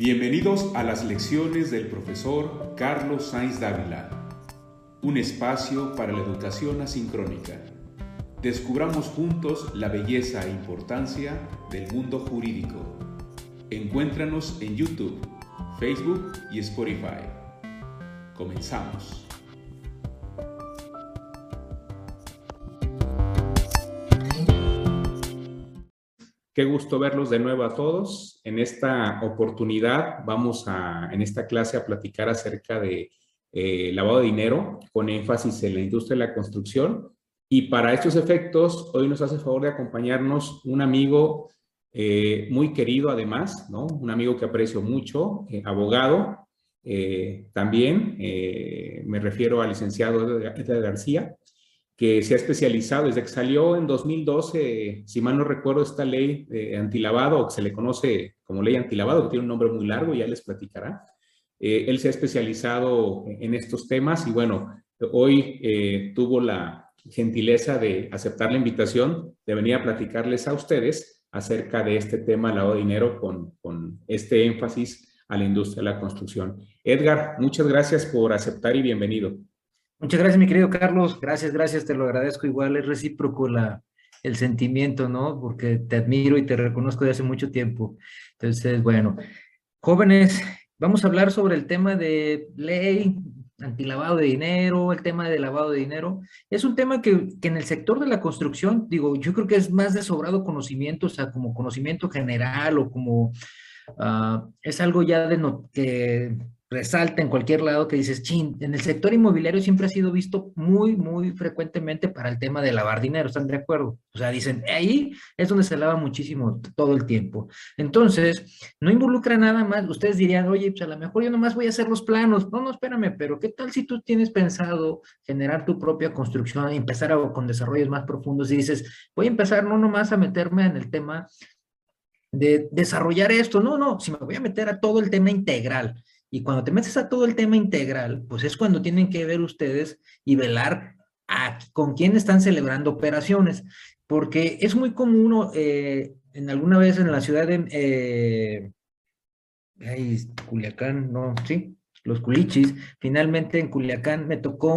Bienvenidos a las lecciones del profesor Carlos Sainz Dávila, un espacio para la educación asincrónica. Descubramos juntos la belleza e importancia del mundo jurídico. Encuéntranos en YouTube, Facebook y Spotify. Comenzamos. Qué gusto verlos de nuevo a todos. En esta oportunidad en esta clase a platicar acerca de lavado de dinero con énfasis en la industria de la construcción. Y para estos efectos, hoy nos hace favor de acompañarnos un amigo muy querido además, ¿no? Un amigo que aprecio mucho, abogado. También me refiero al licenciado Edgar García, que se ha especializado desde que salió en 2012, si mal no recuerdo, esta ley antilavado, o que se le conoce como ley antilavado, que tiene un nombre muy largo, ya les platicará. Él se ha especializado en estos temas y bueno, hoy tuvo la gentileza de aceptar la invitación de venir a platicarles a ustedes acerca de este tema, lavado de dinero, con este énfasis a la industria de la construcción. Edgar, muchas gracias por aceptar y bienvenido. Muchas gracias, mi querido Carlos. Gracias, te lo agradezco. Igual es recíproco el sentimiento, ¿no? Porque te admiro y te reconozco de hace mucho tiempo. Entonces, bueno, jóvenes, vamos a hablar sobre el tema de ley antilavado de dinero, el tema de lavado de dinero. Es un tema que en el sector de la construcción, digo, yo creo que es más de sobrado conocimiento, o sea, como conocimiento general o como es algo ya que resalta en cualquier lado que dices, chin, en el sector inmobiliario siempre ha sido visto muy frecuentemente para el tema de lavar dinero, ¿están de acuerdo? O sea, dicen, ahí es donde se lava muchísimo todo el tiempo. Entonces, no involucra nada más, ustedes dirían, oye, pues a lo mejor yo nomás voy a hacer los planos. No, espérame, pero ¿qué tal si tú tienes pensado generar tu propia construcción y empezar con desarrollos más profundos y dices, voy a empezar no nomás a meterme en el tema de desarrollar esto? No, si me voy a meter a todo el tema integral. Y cuando te metes a todo el tema integral, pues es cuando tienen que ver ustedes y velar con quién están celebrando operaciones. Porque es muy común, en alguna vez en la ciudad de Culiacán, no, sí, los Culichis, finalmente en Culiacán me tocó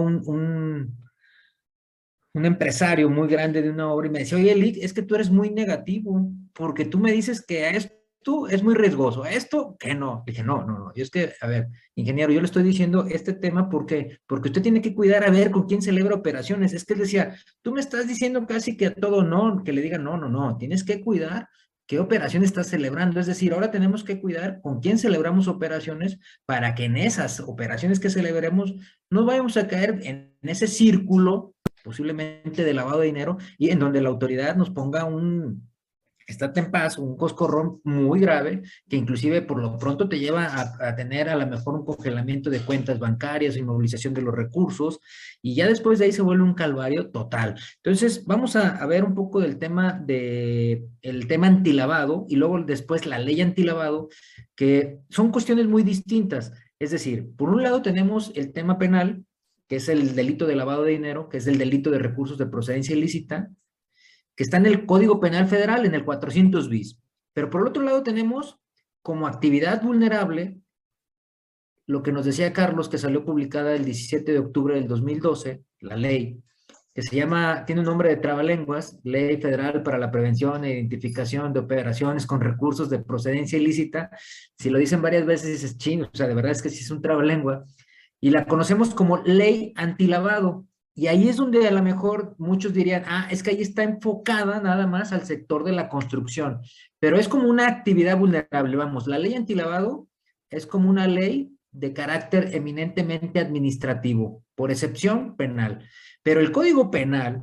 un empresario muy grande de una obra y me decía, oye, Lick, es que tú eres muy negativo, porque tú me dices que a esto es muy riesgoso, a esto que no. Le dije, no, y es que, a ver, ingeniero, yo le estoy diciendo este tema porque usted tiene que cuidar a ver con quién celebra operaciones. Es que él decía, tú me estás diciendo casi que a todo no, que le diga no, tienes que cuidar qué operación estás celebrando. Es decir, ahora tenemos que cuidar con quién celebramos operaciones para que en esas operaciones que celebremos no vayamos a caer en ese círculo posiblemente de lavado de dinero, y en donde la autoridad nos ponga estate en paz, un coscorrón muy grave, que inclusive por lo pronto te lleva a tener a lo mejor un congelamiento de cuentas bancarias, inmovilización de los recursos, y ya después de ahí se vuelve un calvario total. Entonces, vamos a ver un poco del tema el tema antilavado, y luego después la ley antilavado, que son cuestiones muy distintas. Es decir, por un lado tenemos el tema penal, que es el delito de lavado de dinero, que es el delito de recursos de procedencia ilícita, que está en el Código Penal Federal, en el 400 bis. Pero por el otro lado tenemos como actividad vulnerable lo que nos decía Carlos, que salió publicada el 17 de octubre del 2012, la ley, que tiene un nombre de trabalenguas, Ley Federal para la Prevención e Identificación de Operaciones con Recursos de Procedencia Ilícita. Si lo dicen varias veces dices, chino, o sea, de verdad es que sí es un trabalengua, y la conocemos como ley antilavado. Y ahí es donde a lo mejor muchos dirían, es que ahí está enfocada nada más al sector de la construcción, pero es como una actividad vulnerable. Vamos, la ley antilavado es como una ley de carácter eminentemente administrativo, por excepción penal. Pero el Código Penal,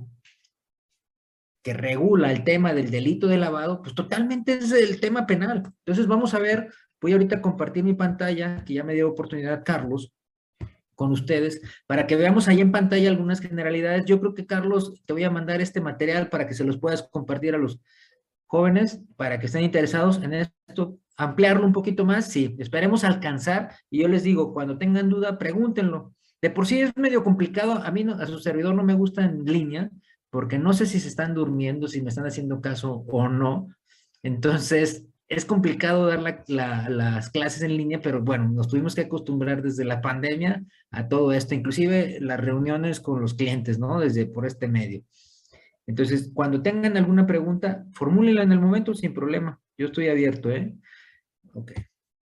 que regula el tema del delito de lavado, pues totalmente es el tema penal. Entonces vamos a ver, voy ahorita a compartir mi pantalla, que ya me dio oportunidad Carlos, con ustedes, para que veamos ahí en pantalla algunas generalidades. Yo creo que, Carlos, te voy a mandar este material para que se los puedas compartir a los jóvenes, para que estén interesados en esto, ampliarlo un poquito más. Sí, esperemos alcanzar, y yo les digo, cuando tengan duda, pregúntenlo. De por sí es medio complicado, a mí a su servidor no me gusta en línea, porque no sé si se están durmiendo, si me están haciendo caso o no. Entonces, es complicado dar las clases en línea, pero bueno, nos tuvimos que acostumbrar desde la pandemia a todo esto, inclusive las reuniones con los clientes, ¿no? Desde por este medio. Entonces, cuando tengan alguna pregunta, formúlenla en el momento sin problema. Yo estoy abierto, ¿eh? Ok.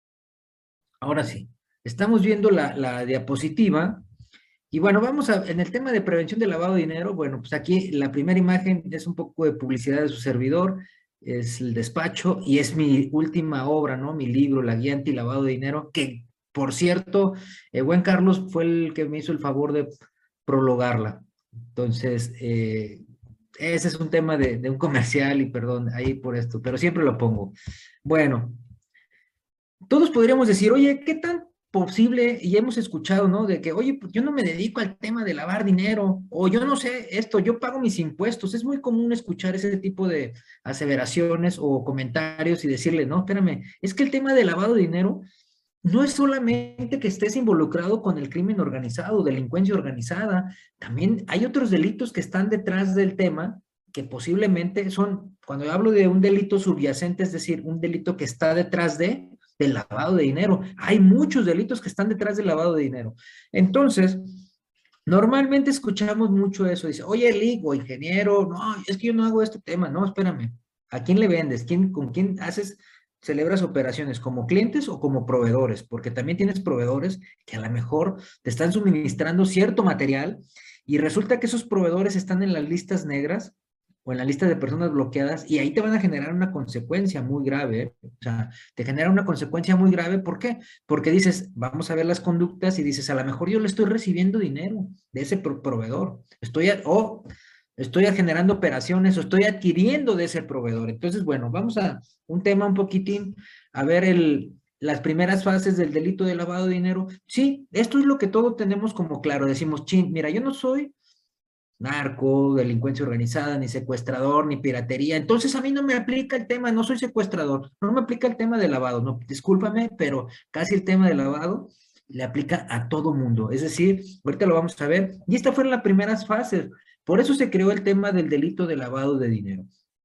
Ahora sí, estamos viendo la diapositiva. Y bueno, vamos a, en el tema de prevención de lavado de dinero, bueno, pues aquí la primera imagen es un poco de publicidad de su servidor, es el despacho y es mi última obra, ¿no? Mi libro, La Guía Anti-Lavado de Dinero, que por cierto, buen Carlos fue el que me hizo el favor de prologarla. Entonces, ese es un tema de un comercial y perdón, ahí por esto, pero siempre lo pongo. Bueno, todos podríamos decir, oye, ¿qué tan posible? Y hemos escuchado, ¿no? De que, oye, pues yo no me dedico al tema de lavar dinero, o yo no sé esto, yo pago mis impuestos. Es muy común escuchar ese tipo de aseveraciones o comentarios y decirle, no, espérame, es que el tema de lavado de dinero no es solamente que estés involucrado con el crimen organizado, delincuencia organizada, también hay otros delitos que están detrás del tema que posiblemente son, cuando yo hablo de un delito subyacente, es decir, un delito que está detrás del lavado de dinero. Hay muchos delitos que están detrás del lavado de dinero. Entonces, normalmente escuchamos mucho eso. Dice, oye, Lick o ingeniero, no, es que yo no hago este tema. No, espérame. ¿A quién le vendes? ¿Con quién haces, celebras operaciones? ¿Como clientes o como proveedores? Porque también tienes proveedores que a lo mejor te están suministrando cierto material y resulta que esos proveedores están en las listas negras o en la lista de personas bloqueadas y ahí te van a generar una consecuencia muy grave, ¿eh? O sea, te genera una consecuencia muy grave. ¿Por qué? Porque dices, vamos a ver las conductas y dices, a lo mejor yo le estoy recibiendo dinero de ese proveedor, o estoy generando operaciones o estoy adquiriendo de ese proveedor. Entonces, bueno, vamos a un tema un poquitín, a ver las primeras fases del delito de lavado de dinero. Sí, esto es lo que todos tenemos como claro. Decimos, chin, mira, yo no soy narco, delincuencia organizada, ni secuestrador, ni piratería. Entonces a mí no me aplica el tema, no soy secuestrador, no me aplica el tema de lavado, no, discúlpame, pero casi el tema de lavado le aplica a todo mundo. Es decir, ahorita lo vamos a ver, y estas fueron las primeras fases. Por eso se creó el tema del delito de lavado de dinero.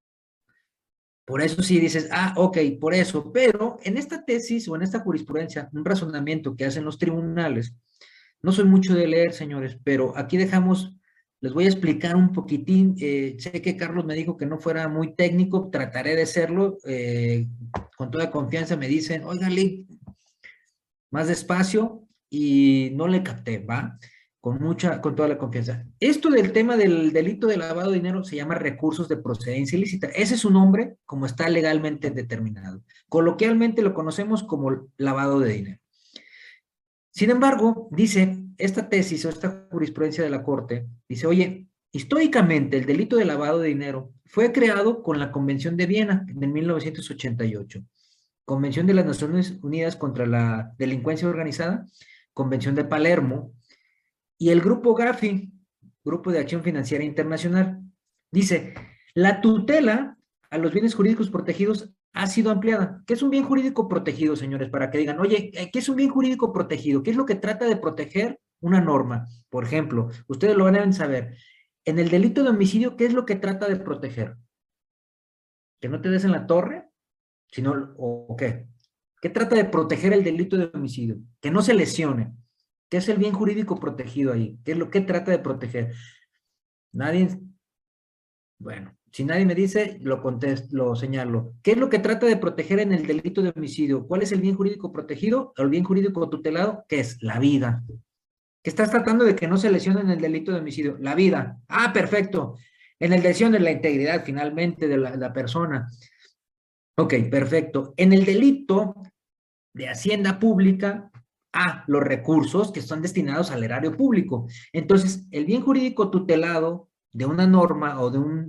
Por eso sí dices, ah, ok, por eso, pero en esta tesis o en esta jurisprudencia, un razonamiento que hacen los tribunales, no soy mucho de leer, señores, pero aquí dejamos, les voy a explicar un poquitín. Sé que Carlos me dijo que no fuera muy técnico, trataré de serlo. Con toda confianza me dicen, oiga, Lee, más despacio y no le capté, ¿va? Con toda la confianza. Esto del tema del delito de lavado de dinero se llama recursos de procedencia ilícita. Ese es su nombre como está legalmente determinado. Coloquialmente lo conocemos como lavado de dinero. Sin embargo, dice esta tesis o esta jurisprudencia de la Corte, dice, oye, históricamente el delito de lavado de dinero fue creado con la Convención de Viena en 1988, Convención de las Naciones Unidas contra la Delincuencia Organizada, Convención de Palermo y el Grupo Gafi, Grupo de Acción Financiera Internacional. Dice, la tutela a los bienes jurídicos protegidos ha sido ampliada. ¿Qué es un bien jurídico protegido, señores? Para que digan, oye, ¿qué es un bien jurídico protegido? ¿Qué es lo que trata de proteger una norma? Por ejemplo, ustedes lo van a saber. En el delito de homicidio, ¿qué es lo que trata de proteger? ¿Que no te des en la torre? Sino, ¿o qué? ¿Qué trata de proteger el delito de homicidio? Que no se lesione. ¿Qué es el bien jurídico protegido ahí? ¿Qué es lo que trata de proteger? Nadie, bueno, si nadie me dice, lo contesto, lo señalo. ¿Qué es lo que trata de proteger en el delito de homicidio? ¿Cuál es el bien jurídico protegido o el bien jurídico tutelado? ¿Qué es? La vida. ¿Qué estás tratando de que no se lesione en el delito de homicidio? La vida. Ah, perfecto. En el lesión de la integridad, finalmente, de la persona. Ok, perfecto. En el delito de hacienda pública, los recursos que están destinados al erario público. Entonces, el bien jurídico tutelado de una norma o de una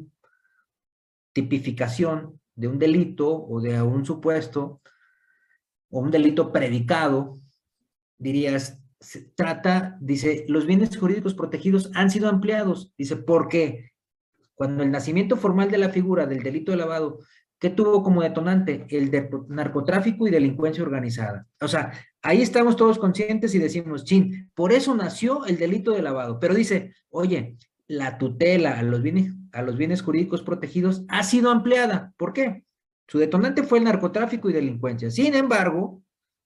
tipificación de un delito o de un supuesto o un delito predicado, dirías, se trata, dice, los bienes jurídicos protegidos han sido ampliados. Dice, ¿por qué? Cuando el nacimiento formal de la figura del delito de lavado, ¿qué tuvo como detonante? El de narcotráfico y delincuencia organizada. O sea, ahí estamos todos conscientes y decimos, chin, por eso nació el delito de lavado. Pero dice, oye, la tutela a los bienes jurídicos protegidos ha sido ampliada. ¿Por qué? Su detonante fue el narcotráfico y delincuencia. Sin embargo,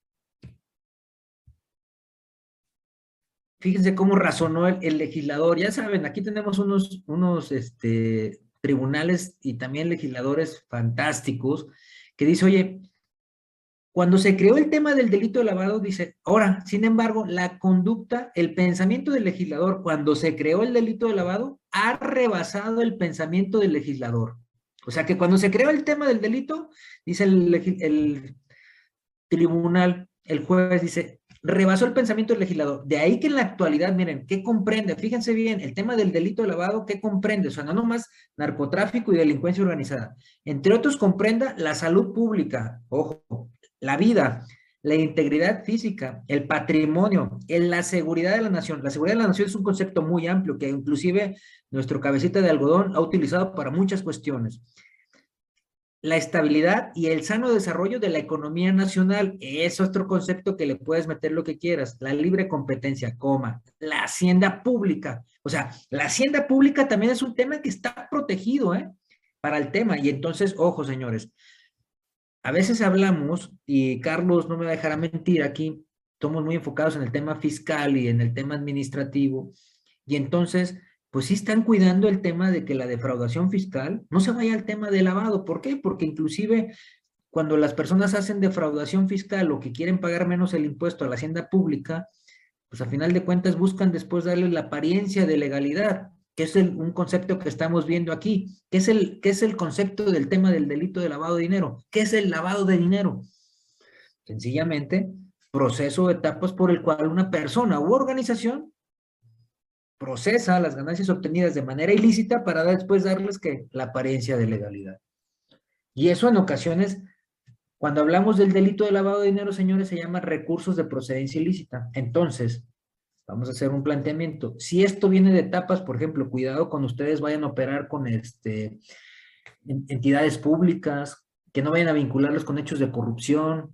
fíjense cómo razonó el legislador. Ya saben, aquí tenemos unos tribunales y también legisladores fantásticos que dice, oye, cuando se creó el tema del delito de lavado, dice, ahora, sin embargo, la conducta, el pensamiento del legislador, cuando se creó el delito de lavado, ha rebasado el pensamiento del legislador. O sea que cuando se creó el tema del delito, dice el tribunal, el juez dice, rebasó el pensamiento del legislador. De ahí que en la actualidad, miren, ¿qué comprende? Fíjense bien, el tema del delito de lavado, ¿qué comprende? O sea, no nomás narcotráfico y delincuencia organizada. Entre otros, comprenda la salud pública, ojo, la vida, la integridad física, el patrimonio, la seguridad de la nación. La seguridad de la nación es un concepto muy amplio que inclusive nuestro cabecita de algodón ha utilizado para muchas cuestiones. La estabilidad y el sano desarrollo de la economía nacional. Es otro concepto que le puedes meter lo que quieras. La libre competencia, coma. La hacienda pública. O sea, la hacienda pública también es un tema que está protegido, ¿eh? Para el tema. Y entonces, ojo, señores, a veces hablamos, y Carlos no me va a dejar mentir aquí, estamos muy enfocados en el tema fiscal y en el tema administrativo, y entonces, pues sí están cuidando el tema de que la defraudación fiscal no se vaya al tema de lavado. ¿Por qué? Porque inclusive cuando las personas hacen defraudación fiscal o que quieren pagar menos el impuesto a la hacienda pública, pues a final de cuentas buscan después darle la apariencia de legalidad, que es un concepto que estamos viendo aquí. ¿Qué es el concepto del tema del delito de lavado de dinero? ¿Qué es el lavado de dinero? Sencillamente, proceso o etapas por el cual una persona u organización procesa las ganancias obtenidas de manera ilícita para después darles que la apariencia de legalidad. Y eso en ocasiones, cuando hablamos del delito de lavado de dinero, señores, se llama recursos de procedencia ilícita. Entonces, vamos a hacer un planteamiento. Si esto viene de etapas, por ejemplo, cuidado cuando ustedes vayan a operar con entidades públicas, que no vayan a vincularlos con hechos de corrupción,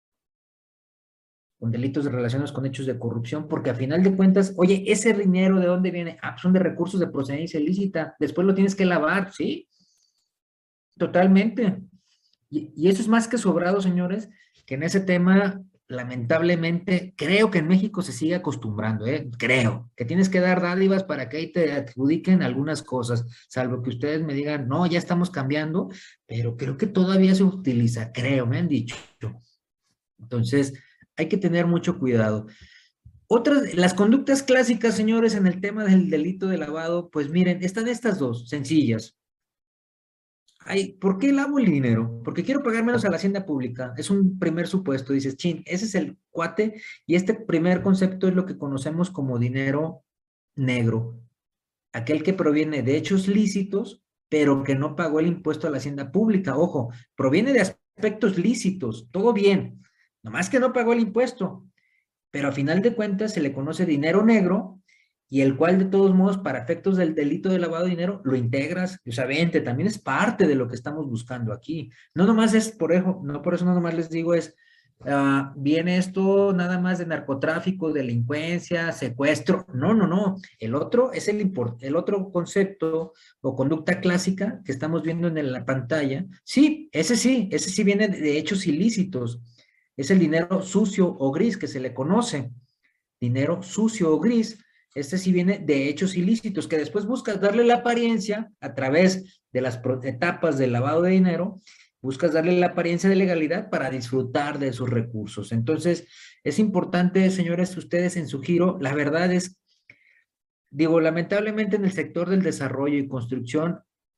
con delitos relacionados con hechos de corrupción, porque a final de cuentas, oye, ese dinero ¿de dónde viene? Ah, son de recursos de procedencia ilícita, después lo tienes que lavar, ¿sí? Totalmente. Y eso es más que sobrado, señores, que en ese tema, lamentablemente, creo que en México se sigue acostumbrando, ¿eh? Creo que tienes que dar dádivas para que ahí te adjudiquen algunas cosas, salvo que ustedes me digan, no, ya estamos cambiando, pero creo que todavía se utiliza, creo, me han dicho. Entonces, hay que tener mucho cuidado. Las conductas clásicas, señores, en el tema del delito de lavado, pues miren, están estas dos, sencillas. Ay, ¿por qué lavo el dinero? Porque quiero pagar menos a la hacienda pública. Es un primer supuesto. Dices, chin, ese es el cuate, y este primer concepto es lo que conocemos como dinero negro. Aquel que proviene de hechos lícitos, pero que no pagó el impuesto a la hacienda pública. Ojo, proviene de aspectos lícitos, todo bien, nomás que no pagó el impuesto, pero a final de cuentas se le conoce dinero negro, y el cual de todos modos para efectos del delito de lavado de dinero lo integras, o sea, vente, también es parte de lo que estamos buscando aquí. No nomás es por eso, no por eso no nomás les digo es, viene esto nada más de narcotráfico, delincuencia, secuestro, no, el otro es el otro concepto o conducta clásica que estamos viendo en la pantalla, sí, ese sí viene de hechos ilícitos, es el dinero sucio o gris que se le conoce, dinero sucio o gris. Este sí viene de hechos ilícitos, que después buscas darle la apariencia a través de las etapas del lavado de dinero, buscas darle la apariencia de legalidad para disfrutar de sus recursos. Entonces, es importante, señores, ustedes en su giro, la verdad es, digo, lamentablemente en el sector del desarrollo y construcción,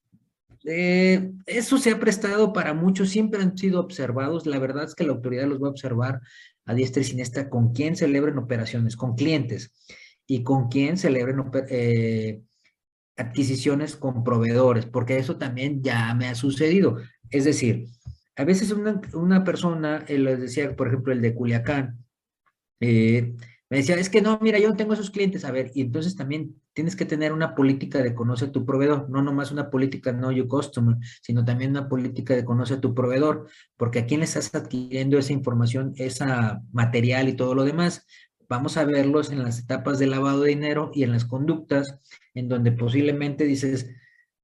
eso se ha prestado para muchos, siempre han sido observados. La verdad es que la autoridad los va a observar a diestra y siniestra con quién celebren operaciones, con clientes, y con quién celebren adquisiciones con proveedores, porque eso también ya me ha sucedido. Es decir, a veces una persona, les decía, por ejemplo, el de Culiacán, me decía, es que no, mira, yo no tengo esos clientes. A ver, y entonces también tienes que tener una política de conoce a tu proveedor, no nomás una política know your customer, sino también una política de conoce a tu proveedor, porque a quién le estás adquiriendo esa información, esa material y todo lo demás. Vamos a verlos en las etapas de lavado de dinero y en las conductas, en donde posiblemente dices,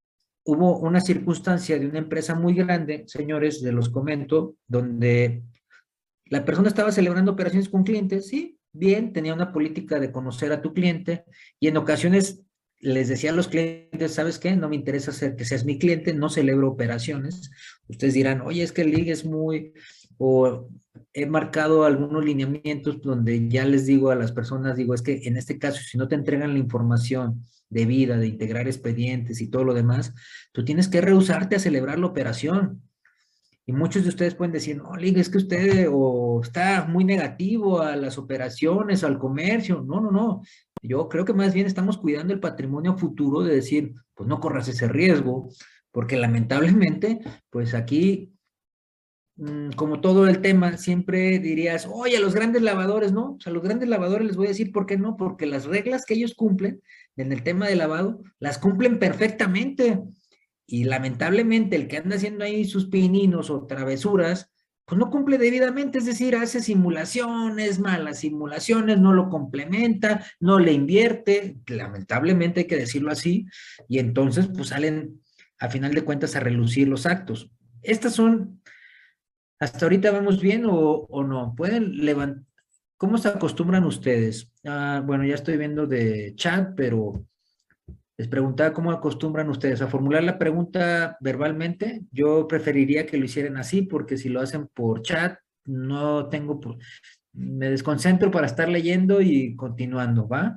hubo una circunstancia de una empresa muy grande, señores, de los comento, donde la persona estaba celebrando operaciones con clientes, sí, bien, tenía una política de conocer a tu cliente y en ocasiones les decía a los clientes, ¿sabes qué? No me interesa hacer que seas mi cliente, no celebro operaciones. Ustedes dirán, oye, es que el ligue es muy, o he marcado algunos lineamientos donde ya les digo a las personas, digo, es que en este caso, si no te entregan la información debida de integrar expedientes y todo lo demás, tú tienes que rehusarte a celebrar la operación. Y muchos de ustedes pueden decir, no, Liga, es que usted o está muy negativo a las operaciones, al comercio. No, no, no. Yo creo que más bien estamos cuidando el patrimonio futuro de decir, pues no corras ese riesgo, porque lamentablemente, pues aquí, como todo el tema, siempre dirías, oye, a los grandes lavadores, ¿no? O sea, a los grandes lavadores les voy a decir por qué no, porque las reglas que ellos cumplen en el tema de lavado, las cumplen perfectamente. Y lamentablemente el que anda haciendo ahí sus pininos o travesuras, pues no cumple debidamente, es decir, hace simulaciones, malas simulaciones, no lo complementa, no le invierte, lamentablemente hay que decirlo así, y entonces pues salen a final de cuentas a relucir los actos. Estas son, hasta ahorita vamos bien o no, pueden levantar, ¿cómo se acostumbran ustedes? Bueno, ya estoy viendo de chat, pero les preguntaba cómo acostumbran ustedes a formular la pregunta verbalmente. Yo preferiría que lo hicieran así, porque si lo hacen por chat, no tengo, me desconcentro para estar leyendo y continuando, ¿va?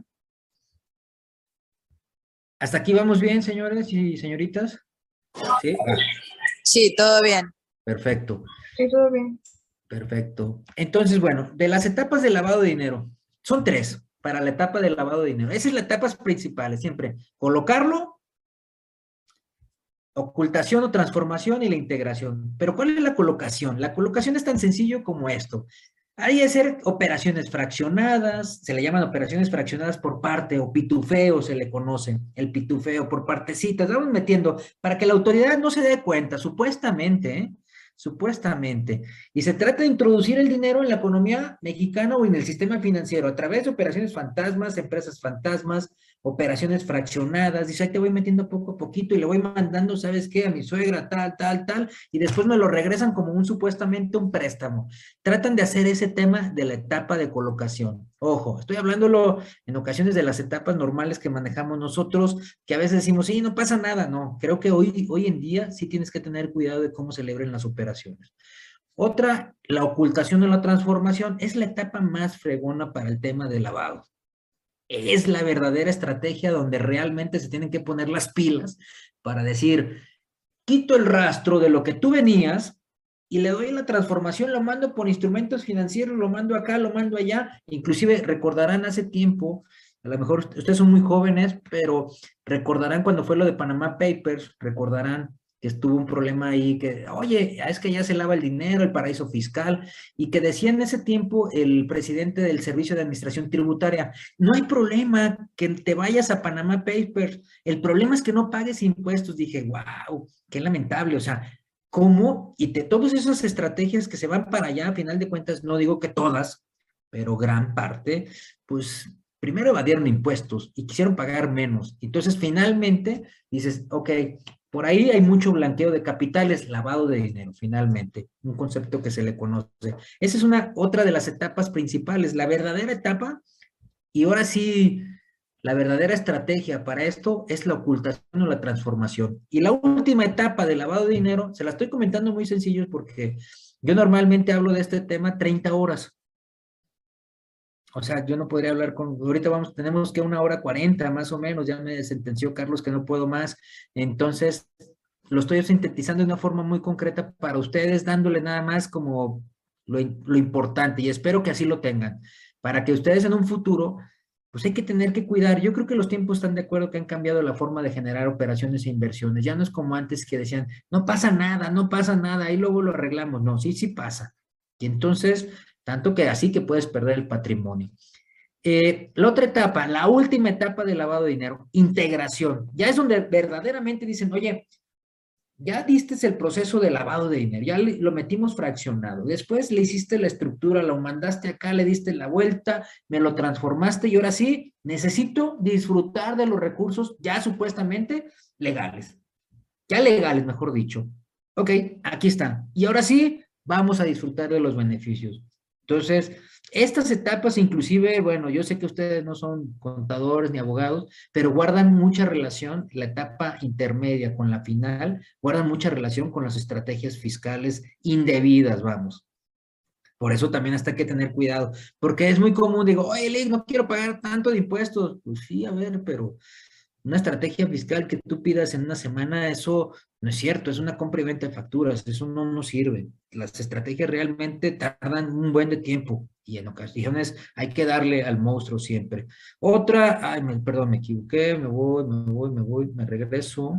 ¿Hasta aquí vamos bien, señores y señoritas? ¿Sí? Va. Sí, todo bien. Perfecto, Sí, todo bien. perfecto. Entonces, bueno, de las etapas de lavado de dinero, son tres para la etapa de lavado de dinero. Esas son las etapas principales, siempre. Colocarlo, ocultación o transformación y la integración. Pero ¿cuál es la colocación? La colocación es tan sencillo como esto. Hay que hacer operaciones fraccionadas, se le llaman operaciones fraccionadas por parte o pitufeo se le conoce, el pitufeo por partecitas, vamos metiendo para que la autoridad no se dé cuenta, supuestamente, ¿eh? Supuestamente. Y se trata de introducir el dinero en la economía mexicana o en el sistema financiero a través de operaciones fantasmas, empresas fantasmas, operaciones fraccionadas. Dice, ahí te voy metiendo poco a poquito y le voy mandando, ¿sabes qué? A mi suegra, tal, tal, tal, y después me lo regresan como un supuestamente un préstamo. Tratan de hacer ese tema de la etapa de colocación. Ojo, estoy hablándolo en ocasiones de las etapas normales que manejamos nosotros, que a veces decimos, sí, no pasa nada. No, creo que hoy en día sí tienes que tener cuidado de cómo celebren las operaciones. Otra, la ocultación o la transformación, es la etapa más fregona para el tema de lavado. Es la verdadera estrategia donde realmente se tienen que poner las pilas para decir, quito el rastro de lo que tú venías y le doy la transformación, lo mando por instrumentos financieros, lo mando acá, lo mando allá. Inclusive recordarán hace tiempo, a lo mejor ustedes son muy jóvenes, pero recordarán cuando fue lo de Panama Papers, recordarán que estuvo un problema ahí, que, oye, es que ya se lava el dinero, el paraíso fiscal, y que decía en ese tiempo el presidente del Servicio de Administración Tributaria, no hay problema que te vayas a Panama Papers, el problema es que no pagues impuestos. Dije, wow, qué lamentable, o sea, ¿cómo? Y de todas esas estrategias que se van para allá, a final de cuentas, no digo que todas, pero gran parte, pues primero evadieron impuestos y quisieron pagar menos. Entonces, finalmente, dices, ok, por ahí hay mucho blanqueo de capitales, lavado de dinero, finalmente, un concepto que se le conoce. Esa es otra de las etapas principales. La verdadera etapa, y ahora sí, la verdadera estrategia para esto es la ocultación o la transformación. Y la última etapa de lavado de dinero, se la estoy comentando muy sencillo porque yo normalmente hablo de este tema 30 horas. O sea, yo no podría hablar ahorita tenemos que 1 hora 40 más o menos, ya me sentenció Carlos que no puedo más. Entonces, lo estoy sintetizando de una forma muy concreta para ustedes, dándole nada más como lo importante y espero que así lo tengan, para que ustedes en un futuro pues hay que tener que cuidar. Yo creo que los tiempos están de acuerdo que han cambiado la forma de generar operaciones e inversiones. Ya no es como antes que decían, no pasa nada, no pasa nada, ahí luego lo arreglamos. No, sí, sí pasa. Y entonces, tanto que así que puedes perder el patrimonio. La otra etapa, la última etapa de lavado de dinero, integración. Ya es donde verdaderamente dicen, oye, ya diste el proceso de lavado de dinero, ya lo metimos fraccionado, después le hiciste la estructura, lo mandaste acá, le diste la vuelta, me lo transformaste y ahora sí, necesito disfrutar de los recursos ya supuestamente legales. ya legales, mejor dicho. Ok, aquí están. Y ahora sí, vamos a disfrutar de los beneficios. Entonces, estas etapas inclusive, bueno, yo sé que ustedes no son contadores ni abogados, pero guardan mucha relación, la etapa intermedia con la final, guardan mucha relación con las estrategias fiscales indebidas, vamos. Por eso también hasta hay que tener cuidado, porque es muy común, digo, oye, Liz, no quiero pagar tanto de impuestos. Pues sí, a ver, pero una estrategia fiscal que tú pidas en una semana, eso no es cierto, es una compra y venta de facturas, eso no nos sirve. Las estrategias realmente tardan un buen de tiempo y en ocasiones hay que darle al monstruo siempre. Otra, ay, perdón, me equivoqué, me regreso.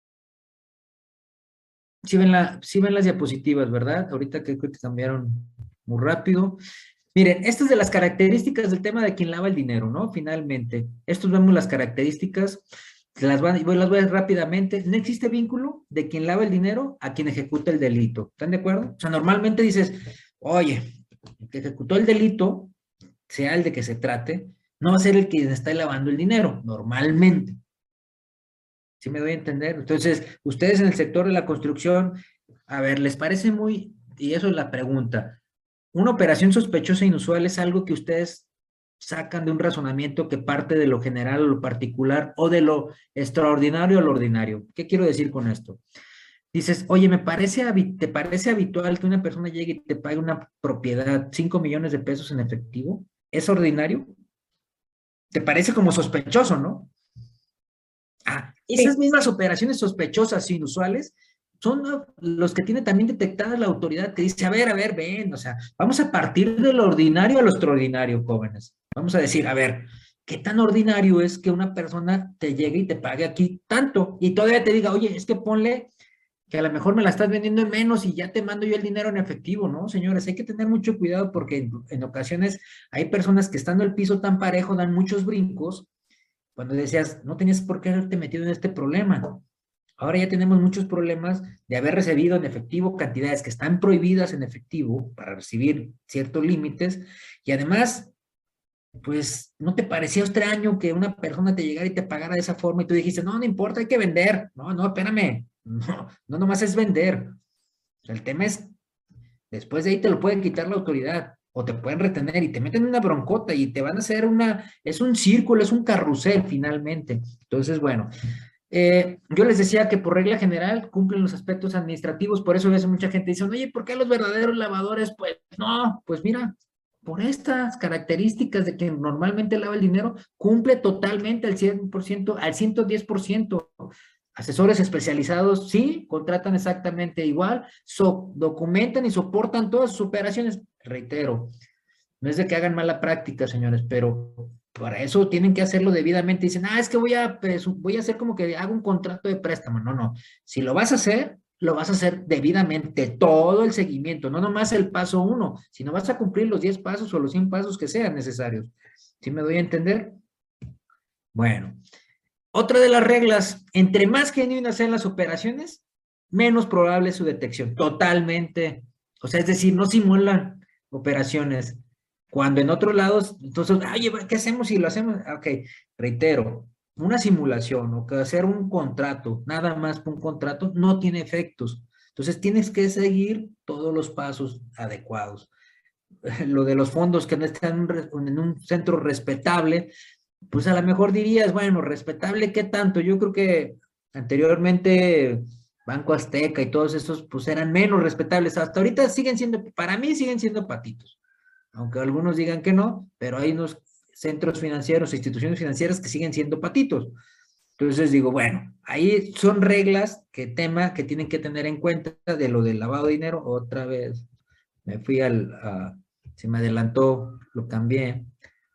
Sí ven las diapositivas, ¿verdad? Ahorita creo que cambiaron muy rápido. Miren, estas de las características del tema de quien lava el dinero, ¿no? Finalmente, estos vemos las características, las voy a ver rápidamente. No existe vínculo de quien lava el dinero a quien ejecuta el delito. ¿Están de acuerdo? O sea, normalmente dices, oye, el que ejecutó el delito, sea el de que se trate, no va a ser el que está lavando el dinero, normalmente. ¿Sí me doy a entender? Entonces, ustedes en el sector de la construcción, a ver, ¿les parece muy, y eso es la pregunta, una operación sospechosa e inusual es algo que ustedes sacan de un razonamiento que parte de lo general a lo particular o de lo extraordinario a lo ordinario? ¿Qué quiero decir con esto? Dices, oye, ¿te parece habitual que una persona llegue y te pague una propiedad 5 millones de pesos en efectivo? ¿Es ordinario? ¿Te parece como sospechoso, no? Ah, esas mismas operaciones sospechosas e inusuales son los que tiene también detectada la autoridad que dice, a ver, ven, o sea, vamos a partir de lo ordinario a lo extraordinario, jóvenes. Vamos a decir, a ver, ¿qué tan ordinario es que una persona te llegue y te pague aquí tanto? Y todavía te diga, oye, es que ponle que a lo mejor me la estás vendiendo en menos y ya te mando yo el dinero en efectivo, ¿no? Señores, hay que tener mucho cuidado porque en ocasiones hay personas que estando el piso tan parejo dan muchos brincos cuando decías, no tenías por qué haberte metido en este problema. Ahora ya tenemos muchos problemas de haber recibido en efectivo cantidades que están prohibidas en efectivo para recibir ciertos límites y además, pues, ¿no te parecía extraño que una persona te llegara y te pagara de esa forma y tú dijiste, no, no importa, hay que vender? No, no, espérame, no, no nomás es vender. O sea, el tema es, después de ahí te lo pueden quitar la autoridad o te pueden retener y te meten una broncota y te van a hacer es un círculo, es un carrusel finalmente. Entonces, bueno, yo les decía que por regla general cumplen los aspectos administrativos, por eso a veces mucha gente dice, oye, ¿por qué los verdaderos lavadores? Pues no, pues mira, por estas características de que normalmente lava el dinero, cumple totalmente al 100%, al 110%. Asesores especializados, sí, contratan exactamente igual, documentan y soportan todas sus operaciones. Reitero, no es de que hagan mala práctica, señores, pero para eso tienen que hacerlo debidamente. Dicen, es que voy a hacer como que hago un contrato de préstamo. No, no. Si lo vas a hacer, lo vas a hacer debidamente, todo el seguimiento, no nomás el paso 1, sino vas a cumplir los 10 pasos o los 100 pasos que sean necesarios. ¿Sí me doy a entender? Bueno, otra de las reglas, entre más genuinas sean las operaciones, menos probable es su detección. Totalmente. O sea, es decir, no simulan operaciones. Cuando en otros lados, entonces, oye, ¿qué hacemos si lo hacemos? Ok, reitero, una simulación o que hacer un contrato, nada más que un contrato, no tiene efectos. Entonces tienes que seguir todos los pasos adecuados. Lo de los fondos que no están en un centro respetable, pues a lo mejor dirías, bueno, respetable, ¿qué tanto? Yo creo que anteriormente Banco Azteca y todos esos, pues eran menos respetables. Hasta ahorita siguen siendo, para mí siguen siendo patitos, aunque algunos digan que no, pero hay unos centros financieros, instituciones financieras que siguen siendo patitos. Entonces digo, bueno, ahí son reglas que tienen que tener en cuenta de lo del lavado de dinero. Otra vez, me fui se me adelantó, lo cambié.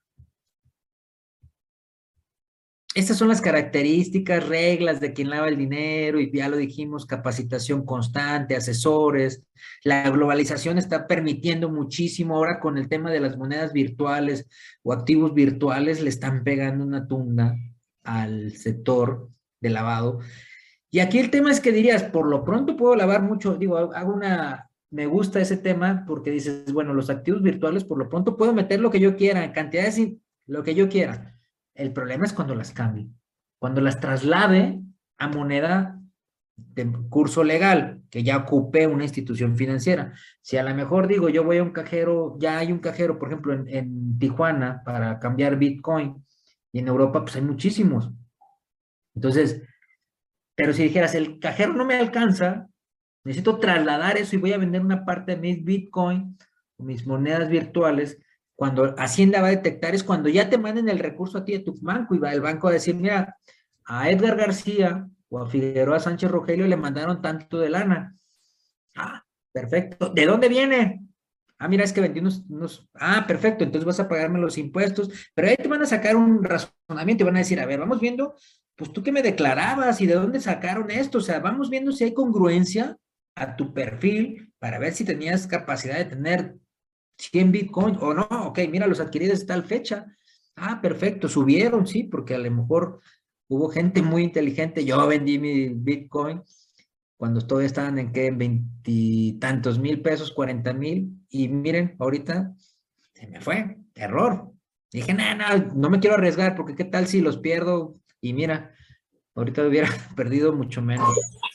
Estas son las características, reglas de quien lava el dinero y ya lo dijimos, capacitación constante, asesores. La globalización está permitiendo muchísimo ahora con el tema de las monedas virtuales o activos virtuales, le están pegando una tunda al sector de lavado. Y aquí el tema es que dirías, por lo pronto puedo lavar mucho, digo, me gusta ese tema porque dices, bueno, los activos virtuales por lo pronto puedo meter lo que yo quiera, en cantidades, lo que yo quiera. El problema es cuando las cambie, cuando las traslade a moneda de curso legal, que ya ocupé una institución financiera. Si a lo mejor digo, yo voy a un cajero, ya hay un cajero, por ejemplo, en Tijuana para cambiar Bitcoin, y en Europa pues hay muchísimos. Entonces, pero si dijeras, el cajero no me alcanza, necesito trasladar eso y voy a vender una parte de mis Bitcoin, mis monedas virtuales, cuando Hacienda va a detectar es cuando ya te manden el recurso a ti de tu banco y va el banco a decir, mira, a Edgar García o a Figueroa Sánchez Rogelio le mandaron tanto de lana. Ah, perfecto. ¿De dónde viene? Ah, mira, es que vendí Ah, perfecto, entonces vas a pagarme los impuestos, pero ahí te van a sacar un razonamiento y van a decir, a ver, vamos viendo, pues tú qué me declarabas y de dónde sacaron esto, o sea, vamos viendo si hay congruencia a tu perfil para ver si tenías capacidad de tener 100 Bitcoin o no, ok, mira, los adquirí desde tal fecha. Ah, perfecto, subieron, sí, porque a lo mejor hubo gente muy inteligente, yo vendí mi Bitcoin cuando todavía estaban en qué, en veintitantos mil pesos, 40,000, y miren, ahorita se me fue, error. Dije, no, no, no me quiero arriesgar, porque qué tal si los pierdo, y mira, ahorita hubiera perdido mucho menos.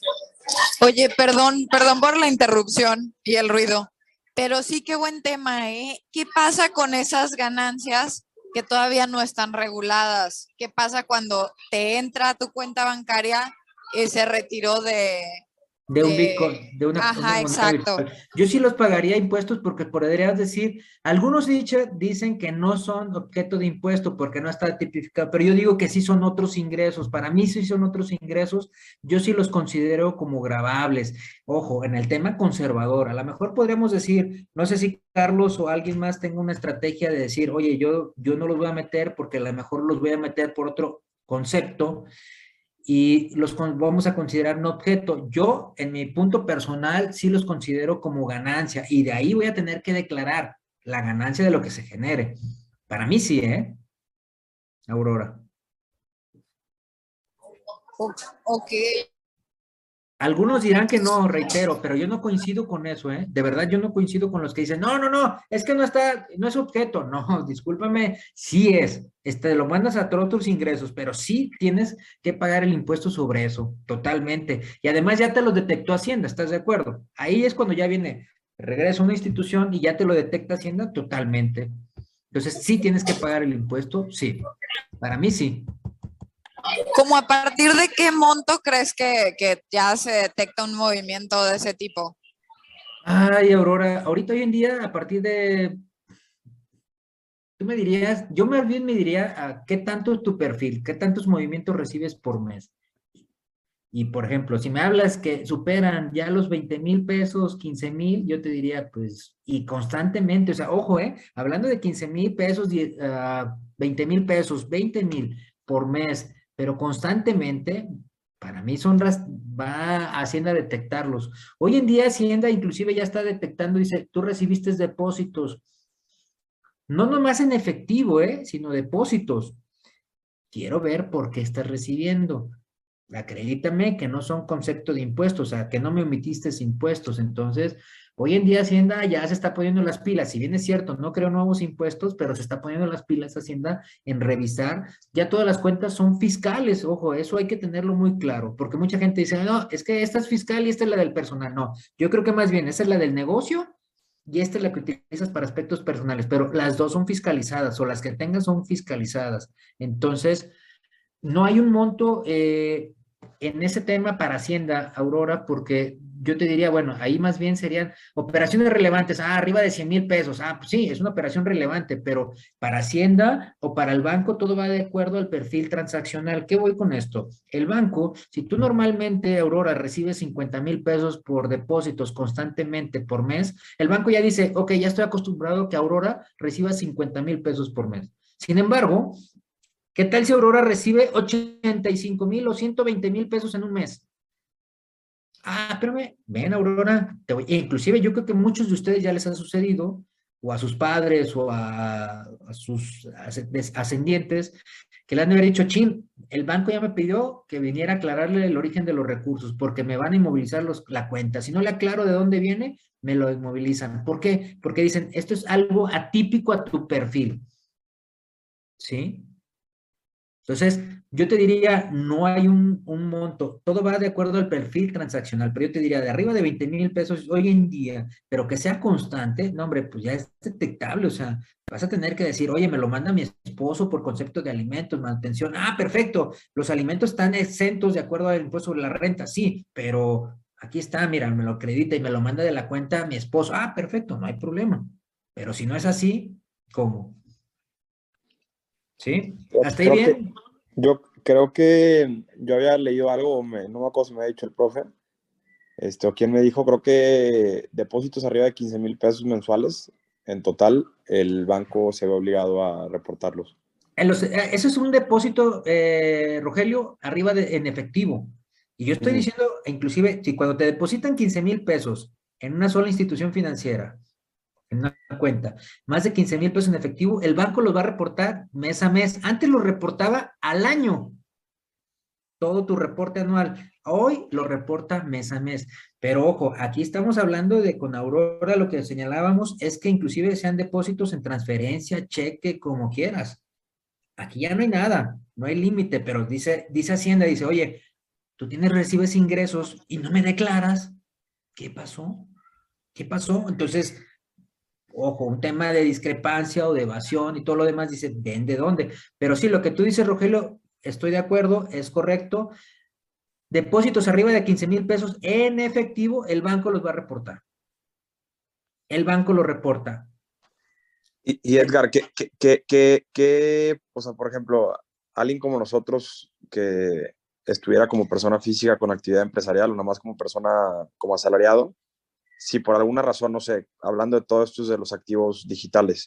Oye, perdón por la interrupción y el ruido, pero sí qué buen tema, ¿eh? ¿Qué pasa con esas ganancias que todavía no están reguladas? ¿Qué pasa cuando te entra a tu cuenta bancaria y se retiró De un Bitcoin, de una Ajá, moneda exacto. virtual. Yo sí los pagaría impuestos porque podrías decir, algunos dicen que no son objeto de impuesto porque no está tipificado, pero yo digo que sí son otros ingresos. Para mí sí son otros ingresos. Yo sí los considero como gravables. Ojo, en el tema conservador, a lo mejor podríamos decir, no sé si Carlos o alguien más tenga una estrategia de decir, oye, yo no los voy a meter porque a lo mejor los voy a meter por otro concepto y los vamos a considerar no objeto. Yo, en mi punto personal, sí los considero como ganancia y de ahí voy a tener que declarar la ganancia de lo que se genere. Para mí sí, ¿eh? Aurora. Ok. Algunos dirán que no, reitero, pero yo no coincido con eso, ¿eh? De verdad, yo no coincido con los que dicen, no, no, no, es que no está, no es objeto. No, discúlpame, sí es. Lo mandas a todos tus ingresos, pero sí tienes que pagar el impuesto sobre eso, totalmente. Y además ya te lo detectó Hacienda, ¿estás de acuerdo? Ahí es cuando ya viene, regresa a una institución y ya te lo detecta Hacienda totalmente. Entonces, sí tienes que pagar el impuesto, sí. Para mí sí. ¿Cómo a partir de qué monto crees que ya se detecta un movimiento de ese tipo? Ay, Aurora, ahorita hoy en día, a partir de tú me dirías, yo más bien me diría qué tanto es tu perfil, qué tantos movimientos recibes por mes. Y por ejemplo, si me hablas que superan ya los 20,000 pesos, 15,000, yo te diría, pues, y constantemente, o sea, ojo, hablando de 15,000 pesos, 20,000 pesos, 20,000 por mes, pero constantemente, para mí va Hacienda a detectarlos. Hoy en día Hacienda inclusive ya está detectando, dice, tú recibiste depósitos no nomás en efectivo, sino depósitos. Quiero ver por qué estás recibiendo. Acredítame que no son concepto de impuestos, o sea, que no me omitiste impuestos. Entonces, hoy en día Hacienda ya se está poniendo las pilas. Si bien es cierto, no creo nuevos impuestos, pero se está poniendo las pilas Hacienda en revisar. Ya todas las cuentas son fiscales. Ojo, eso hay que tenerlo muy claro, porque mucha gente dice, no, es que esta es fiscal y esta es la del personal. No, yo creo que más bien esa es la del negocio y esta es la que utilizas para aspectos personales, pero las dos son fiscalizadas o las que tengas son fiscalizadas. Entonces, no hay un monto en ese tema para Hacienda, Aurora, porque yo te diría, bueno, ahí más bien serían operaciones relevantes, arriba de 100,000 pesos, pues sí, es una operación relevante, pero para Hacienda o para el banco todo va de acuerdo al perfil transaccional. ¿Qué voy con esto? El banco, si tú normalmente, Aurora, recibes 50,000 pesos por depósitos constantemente por mes, el banco ya dice, ok, ya estoy acostumbrado a que Aurora reciba 50,000 pesos por mes. Sin embargo, ¿qué tal si Aurora recibe 85,000 o 120,000 pesos en un mes? Espérame, ven Aurora, inclusive yo creo que muchos de ustedes ya les ha sucedido, o a sus padres, o a sus ascendientes, que le han de haber dicho, chin, el banco ya me pidió que viniera a aclararle el origen de los recursos, porque me van a inmovilizar la cuenta. Si no le aclaro de dónde viene, me lo inmovilizan. ¿Por qué? Porque dicen, esto es algo atípico a tu perfil. ¿Sí? Entonces, yo te diría, no hay un monto, todo va de acuerdo al perfil transaccional, pero yo te diría, de arriba de 20,000 pesos hoy en día, pero que sea constante, no, hombre, pues ya es detectable, o sea, vas a tener que decir, oye, me lo manda mi esposo por concepto de alimentos, manutención, ah, perfecto, los alimentos están exentos de acuerdo al impuesto sobre la renta, sí, pero aquí está, mira, me lo acredita y me lo manda de la cuenta mi esposo, ah, perfecto, no hay problema, pero si no es así, ¿cómo? ¿Sí? ¿Hasta ahí Creo que, bien? yo creo que yo había leído algo, no me acuerdo si me había dicho el profe, o quien me dijo, creo que depósitos arriba de 15,000 pesos mensuales, en total, el banco se ve obligado a reportarlos. Eso es un depósito, Rogelio, arriba en efectivo. Y yo estoy diciendo, inclusive, si cuando te depositan 15,000 pesos en una sola institución financiera, en una cuenta, más de 15,000 pesos en efectivo, el banco los va a reportar mes a mes. Antes lo reportaba al año, todo tu reporte anual. Hoy lo reporta mes a mes. Pero ojo, aquí estamos hablando de con Aurora, lo que señalábamos es que inclusive sean depósitos en transferencia, cheque, como quieras. Aquí ya no hay nada, no hay límite, pero dice Hacienda, dice, oye, tú recibes ingresos y no me declaras, ¿qué pasó? ¿Qué pasó? Entonces, ojo, un tema de discrepancia o de evasión y todo lo demás, dice, ven de dónde. Pero sí, lo que tú dices, Rogelio, estoy de acuerdo, es correcto. Depósitos arriba de 15,000 pesos en efectivo, el banco los va a reportar. El banco lo reporta. Y Edgar, o sea, por ejemplo, alguien como nosotros que estuviera como persona física con actividad empresarial o nada más como persona, como asalariado, si por alguna razón, no sé, hablando de todo esto de los activos digitales,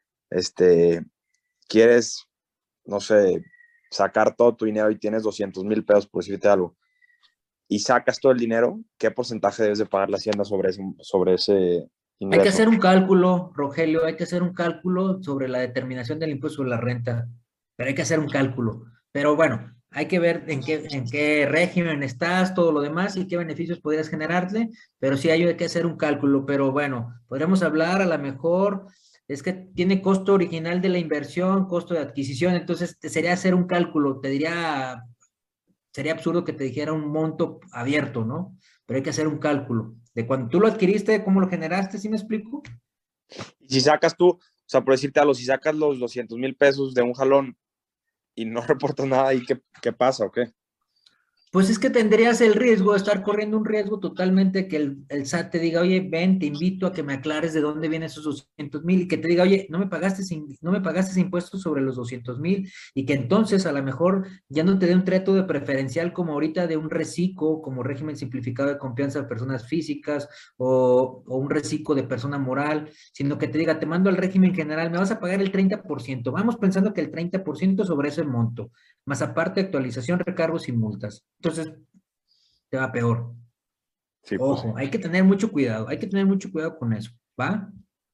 quieres, no sé, sacar todo tu dinero y tienes 200,000 pesos, por decirte algo, y sacas todo el dinero, ¿qué porcentaje debes de pagar la Hacienda sobre ese Hay que ingreso? hacer un cálculo, Rogelio, hay que hacer un cálculo sobre la determinación del impuesto sobre la renta, pero hay que hacer un cálculo. Pero bueno, hay que ver en qué régimen estás, todo lo demás y qué beneficios podrías generarle, pero sí hay que hacer un cálculo. Pero bueno, podríamos hablar a lo mejor, es que tiene costo original de la inversión, costo de adquisición, entonces sería hacer un cálculo, te diría, sería absurdo que te dijera un monto abierto, ¿no? Pero hay que hacer un cálculo de cuando tú lo adquiriste, cómo lo generaste, ¿sí me explico? Y si sacas tú, o sea, por decirte algo, si sacas los 200,000 pesos de un jalón y no reportas nada, ¿y qué pasa o qué? Pues es que tendrías el riesgo de estar corriendo un riesgo totalmente que el SAT te diga, oye, ven, te invito a que me aclares de dónde vienen esos 200,000 y que te diga, oye, no me pagaste impuestos sobre los 200,000 y que entonces a lo mejor ya no te dé un trato de preferencial como ahorita de un reciclo, como régimen simplificado de confianza de personas físicas o un reciclo de persona moral, sino que te diga, te mando al régimen general, me vas a pagar el 30%. Vamos pensando que el 30% sobre ese monto, más aparte actualización, recargos y multas. Entonces, te va peor. Sí, pues sí. Ojo, hay que tener mucho cuidado, hay que tener mucho cuidado con eso, ¿va?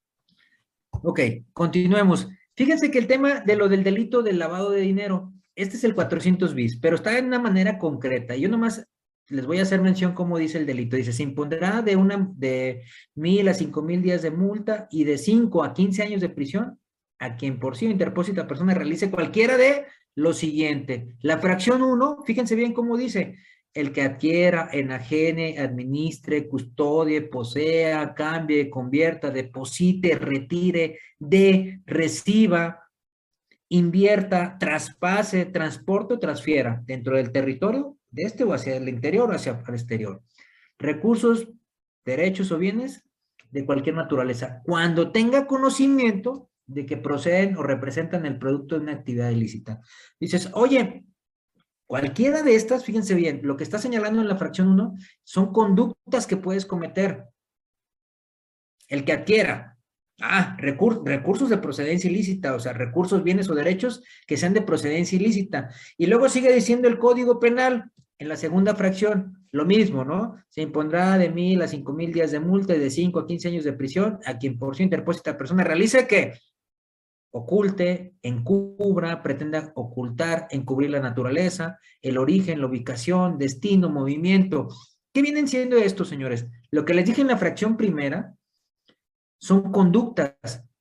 Ok, continuemos. Fíjense que el tema de lo del delito del lavado de dinero, este es el 400 bis, pero está en una manera concreta. Yo nomás les voy a hacer mención cómo dice el delito. Dice, se impondrá de 1,000 a 5,000 días de multa y de 5 a 15 años de prisión a quien por sí o interpósita persona realice cualquiera de lo siguiente. La fracción 1, fíjense bien cómo dice, el que adquiera, enajene, administre, custodie, posea, cambie, convierta, deposite, retire, dé, reciba, invierta, traspase, transporte o transfiera dentro del territorio de este o hacia el interior o hacia el exterior. Recursos, derechos o bienes de cualquier naturaleza. Cuando tenga conocimiento de que proceden o representan el producto de una actividad ilícita. Dices, oye, cualquiera de estas, fíjense bien, lo que está señalando en la fracción 1 son conductas que puedes cometer. El que adquiera, recursos de procedencia ilícita, o sea, recursos, bienes o derechos que sean de procedencia ilícita. Y luego sigue diciendo el Código Penal, en la segunda fracción, lo mismo, ¿no? Se impondrá de 1,000 a 5,000 días de multa y de 5 a 15 años de prisión a quien por su interpósita persona realice que oculte, encubra, pretenda ocultar, encubrir la naturaleza, el origen, la ubicación, destino, movimiento. ¿Qué vienen siendo estos, señores? Lo que les dije en la fracción primera son conductas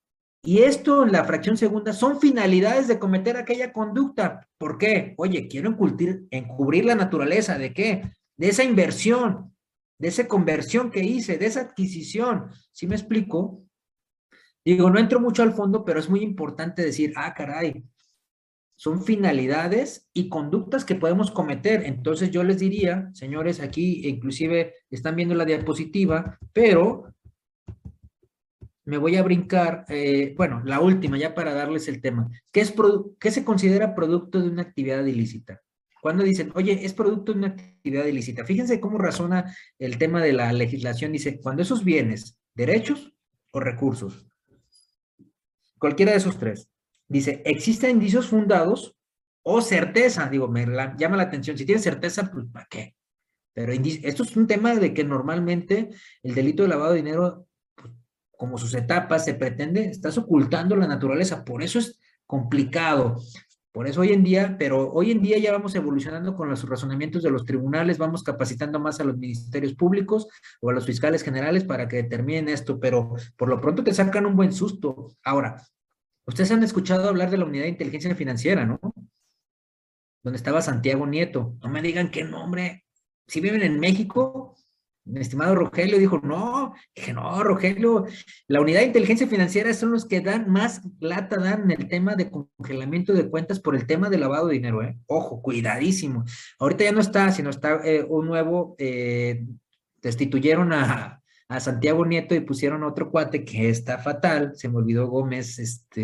Y esto en la fracción segunda son finalidades de cometer aquella conducta. ¿Por qué? Oye, quiero encubrir la naturaleza. ¿De qué? De esa inversión, de esa conversión que hice, de esa adquisición. ¿Sí me explico? Digo, no entro mucho al fondo, pero es muy importante decir, ah, caray, son finalidades y conductas que podemos cometer. Entonces yo les diría, señores, aquí inclusive están viendo la diapositiva, pero me voy a brincar, bueno, la última ya para darles el tema. ¿Qué se considera producto de una actividad ilícita? Cuando dicen, oye, es producto de una actividad ilícita. Fíjense cómo razona el tema de la legislación. Dice, cuando esos bienes, derechos o recursos, cualquiera de esos tres, dice, existen indicios fundados o certeza. Digo, llama la atención. Si tienes certeza, pues ¿para qué? Pero esto es un tema de que normalmente el delito de lavado de dinero, pues, como sus etapas, se pretende, estás ocultando la naturaleza, por eso es complicado. Por eso hoy en día, pero hoy en día ya vamos evolucionando con los razonamientos de los tribunales, vamos capacitando más a los ministerios públicos o a los fiscales generales para que determinen esto, pero por lo pronto te sacan un buen susto. Ahora, ustedes han escuchado hablar de la Unidad de Inteligencia Financiera, ¿no? Donde estaba Santiago Nieto. No me digan qué nombre. Si viven en México, mi estimado Rogelio dijo, no, dije, no, Rogelio, la Unidad de Inteligencia Financiera son los que dan más lata, dan en el tema de congelamiento de cuentas por el tema de lavado de dinero, ¿eh? Ojo, cuidadísimo. Ahorita ya no está, sino está un nuevo, destituyeron a Santiago Nieto y pusieron otro cuate que está fatal, se me olvidó Gómez,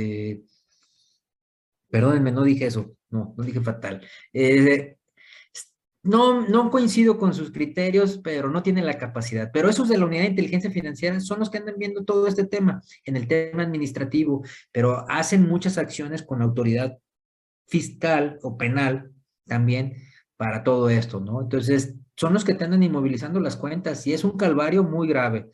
perdónenme, no dije eso, no dije fatal. No coincido con sus criterios, pero no tienen la capacidad. Pero esos de la Unidad de Inteligencia Financiera son los que andan viendo todo este tema, en el tema administrativo, pero hacen muchas acciones con autoridad fiscal o penal también para todo esto, ¿no? Entonces, son los que te andan inmovilizando las cuentas y es un calvario muy grave.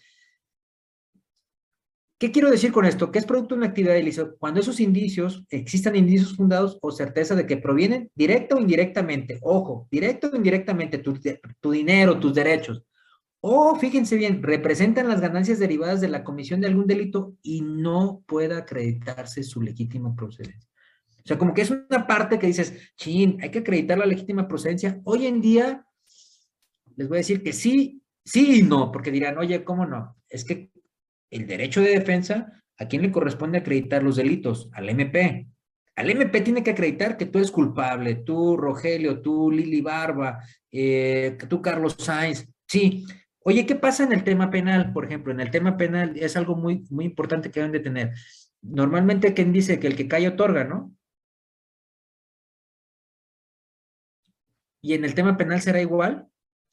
¿Qué quiero decir con esto? Que es producto de una actividad ilícita cuando esos indicios, existan indicios fundados o certeza de que provienen directa o indirectamente, ojo, directo o indirectamente, tu dinero, tus derechos, o fíjense bien, representan las ganancias derivadas de la comisión de algún delito y no pueda acreditarse su legítima procedencia. O sea, como que es una parte que dices, chin, hay que acreditar la legítima procedencia. Hoy en día, les voy a decir que sí, sí y no, porque dirán, oye, ¿cómo no? Es que el derecho de defensa, ¿a quién le corresponde acreditar los delitos? Al MP. Al MP tiene que acreditar que tú eres culpable, tú Rogelio, tú Lili Barba, tú Carlos Sainz. Sí. Oye, ¿qué pasa en el tema penal? Por ejemplo, en el tema penal es algo muy, muy importante que deben de tener. Normalmente, ¿quién dice? Que el que calla otorga, ¿no? ¿Y en el tema penal será igual?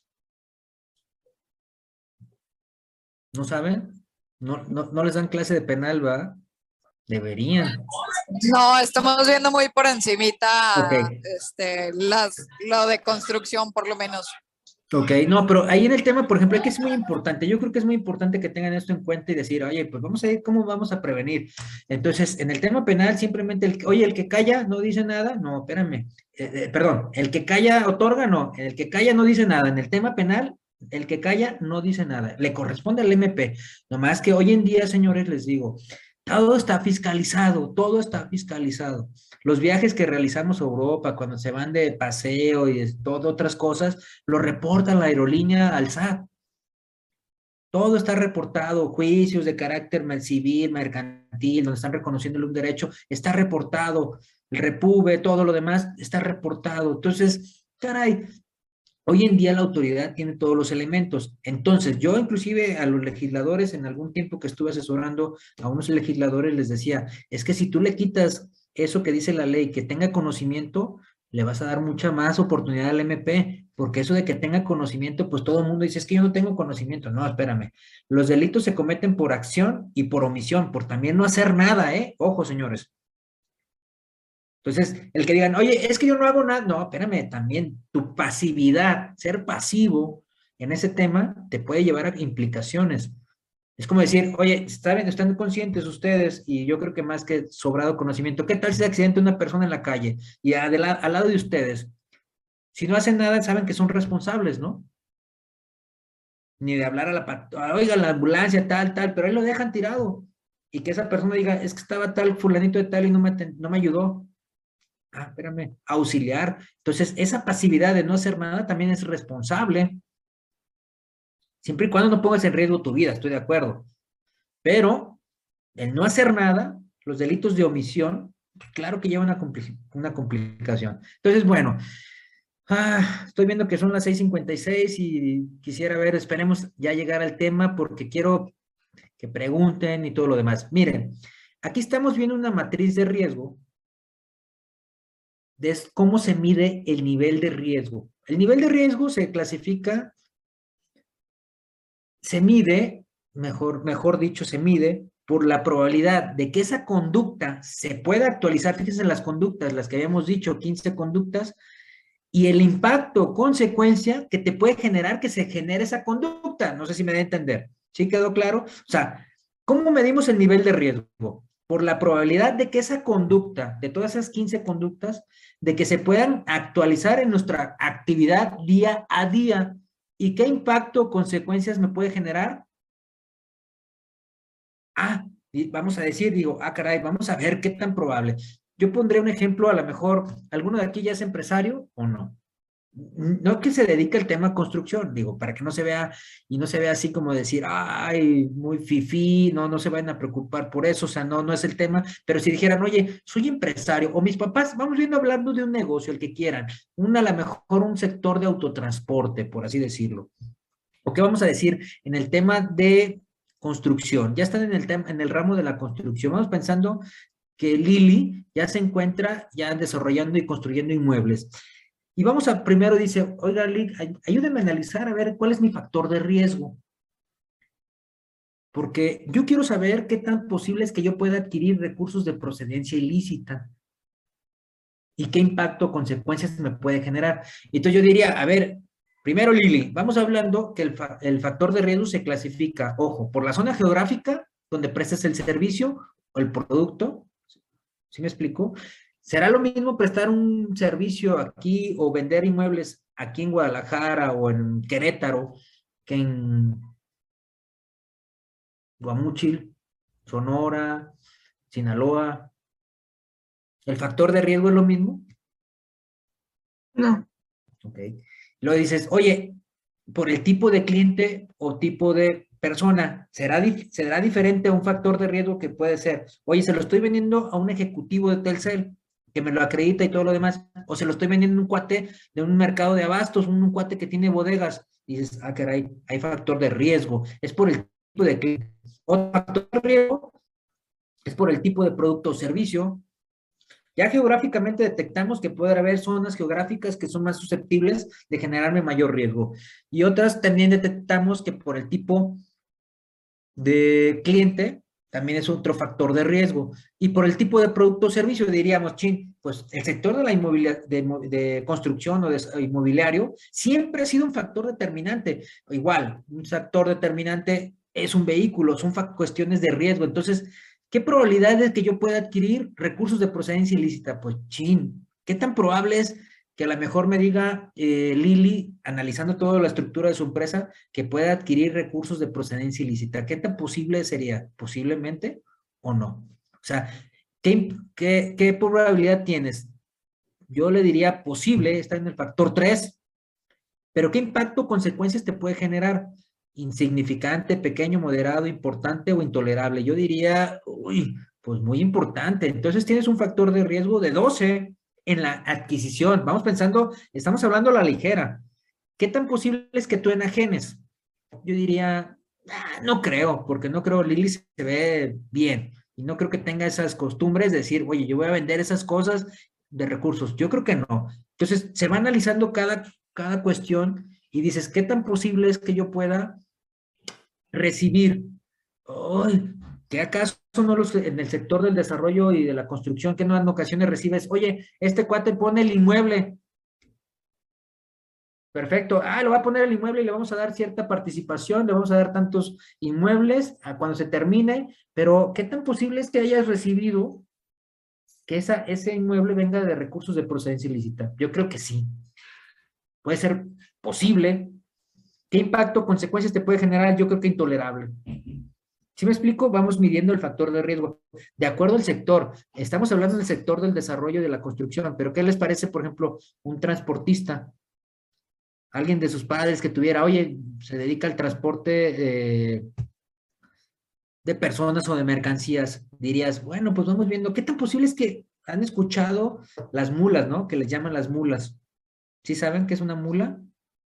¿No saben? No les dan clase de penal, ¿va? Deberían. No, estamos viendo muy por encimita, Ok. lo de construcción, por lo menos. Ok, no, pero ahí en el tema, por ejemplo, es que es muy importante. Yo creo que es muy importante que tengan esto en cuenta y decir, oye, pues vamos a ver cómo vamos a prevenir. Entonces, en el tema penal, simplemente, el que calla no dice nada. No, espérame. Perdón, el que calla otorga, no. El que calla no dice nada. En el tema penal, el que calla no dice nada. Le corresponde al MP. Nomás que hoy en día, señores, les digo, todo está fiscalizado, todo está fiscalizado. Los viajes que realizamos a Europa, cuando se van de paseo y todo otras cosas, lo reporta la aerolínea al SAT. Todo está reportado, juicios de carácter civil, mercantil, donde están reconociéndole un derecho, está reportado. El repube, todo lo demás, está reportado. Entonces, caray, hoy en día la autoridad tiene todos los elementos. Entonces, yo inclusive a los legisladores, en algún tiempo que estuve asesorando a unos legisladores, les decía, es que si tú le quitas eso que dice la ley, que tenga conocimiento, le vas a dar mucha más oportunidad al MP, porque eso de que tenga conocimiento, pues todo el mundo dice, es que yo no tengo conocimiento. No, espérame. Los delitos se cometen por acción y por omisión, por también no hacer nada, ¿eh? Ojo, señores. Entonces, el que digan, oye, es que yo no hago nada, no, espérame, también tu pasividad, ser pasivo en ese tema te puede llevar a implicaciones. Es como decir, oye, están conscientes ustedes, y yo creo que más que sobrado conocimiento, ¿qué tal si se accidenta una persona en la calle y al lado de ustedes? Si no hacen nada, saben que son responsables, ¿no? Ni de hablar a oiga, la ambulancia, tal, pero ahí lo dejan tirado. y que esa persona diga, es que estaba tal fulanito de tal y no me ayudó. Ah, espérame, auxiliar. Entonces, esa pasividad de no hacer nada también es responsable. Siempre y cuando no pongas en riesgo tu vida, estoy de acuerdo. Pero el no hacer nada, los delitos de omisión, pues claro que lleva una complicación. Entonces, bueno, estoy viendo que son las 6:56 y quisiera ver, esperemos ya llegar al tema porque quiero que pregunten y todo lo demás. Miren, aquí estamos viendo una matriz de riesgo de cómo se mide el nivel de riesgo. El nivel de riesgo se clasifica, se mide, mejor dicho, se mide por la probabilidad de que esa conducta se pueda actualizar. Fíjense en las conductas, las que habíamos dicho, 15 conductas, y el impacto, consecuencia que te puede generar que se genere esa conducta. No sé si me da a entender. ¿Sí quedó claro? O sea, ¿cómo medimos el nivel de riesgo? Por la probabilidad de que esa conducta, de todas esas 15 conductas, de que se puedan actualizar en nuestra actividad día a día. ¿Y qué impacto o consecuencias me puede generar? Y vamos a decir, digo, caray, vamos a ver qué tan probable. Yo pondré un ejemplo, a lo mejor, ¿alguno de aquí ya es empresario o no? No que se dedique al tema construcción, digo, para que no se vea, y no se vea así como decir, ay, muy fifí, no se vayan a preocupar por eso, o sea, no es el tema, pero si dijeran, oye, soy empresario, o mis papás, vamos viendo hablando de un negocio, el que quieran, a lo mejor un sector de autotransporte, por así decirlo, o qué vamos a decir en el tema de construcción, ya están en el ramo de la construcción, vamos pensando que Lili ya se encuentra ya desarrollando y construyendo inmuebles. Y vamos a, primero dice, oiga, Lili, ayúdeme a analizar a ver cuál es mi factor de riesgo. Porque yo quiero saber qué tan posible es que yo pueda adquirir recursos de procedencia ilícita. Y qué impacto o consecuencias me puede generar. Entonces yo diría, a ver, primero Lili, vamos hablando que el factor de riesgo se clasifica, ojo, por la zona geográfica donde prestes el servicio o el producto. ¿Sí me explico? ¿Será lo mismo prestar un servicio aquí o vender inmuebles aquí en Guadalajara o en Querétaro que en Guamúchil, Sonora, Sinaloa? ¿El factor de riesgo es lo mismo? No. Ok. Luego dices, oye, por el tipo de cliente o tipo de persona, ¿será diferente a un factor de riesgo que puede ser? Oye, se lo estoy vendiendo a un ejecutivo de Telcel que me lo acredita y todo lo demás, o se lo estoy vendiendo a un cuate de un mercado de abastos, un cuate que tiene bodegas, y dices, caray, hay factor de riesgo, es por el tipo de cliente. Otro factor de riesgo es por el tipo de producto o servicio. Ya geográficamente detectamos que puede haber zonas geográficas que son más susceptibles de generarme mayor riesgo. Y otras también detectamos que por el tipo de cliente también es otro factor de riesgo. Y por el tipo de producto o servicio diríamos, pues el sector de la de construcción o de inmobiliario siempre ha sido un factor determinante. Igual, un factor determinante es un vehículo, son cuestiones de riesgo. Entonces, ¿qué probabilidad es que yo pueda adquirir recursos de procedencia ilícita? Pues, ¿qué tan probable es que a lo mejor me diga Lili, analizando toda la estructura de su empresa, que pueda adquirir recursos de procedencia ilícita? ¿Qué tan posible sería? ¿Posiblemente o no? O sea, ¿qué probabilidad tienes? Yo le diría posible, está en el factor 3, pero ¿qué impacto o consecuencias te puede generar? Insignificante, pequeño, moderado, importante o intolerable. Yo diría, pues muy importante. Entonces tienes un factor de riesgo de 12 en la adquisición. Vamos pensando, estamos hablando a la ligera. ¿Qué tan posible es que tú enajenes? Yo diría, no creo, porque no creo, Lili se ve bien y no creo que tenga esas costumbres de decir, oye, yo voy a vender esas cosas de recursos. Yo creo que no. Entonces, se va analizando cada cuestión y dices, ¿qué tan posible es que yo pueda recibir? ¡Ay! ¿Que acaso no en el sector del desarrollo y de la construcción, que no en ocasiones recibes, oye, este cuate pone el inmueble? Perfecto. Lo va a poner el inmueble y le vamos a dar cierta participación, le vamos a dar tantos inmuebles a cuando se termine, pero ¿qué tan posible es que hayas recibido que ese inmueble venga de recursos de procedencia ilícita? Yo creo que sí. Puede ser posible. ¿Qué impacto, consecuencias te puede generar? Yo creo que intolerable. ¿Sí me explico? Vamos midiendo el factor de riesgo. De acuerdo al sector, estamos hablando del sector del desarrollo de la construcción, pero ¿qué les parece, por ejemplo, un transportista? Alguien de sus padres que tuviera, oye, se dedica al transporte de personas o de mercancías. Dirías, bueno, pues vamos viendo, ¿qué tan posible es que han escuchado las mulas, ¿no? Que les llaman las mulas. ¿Sí saben qué es una mula?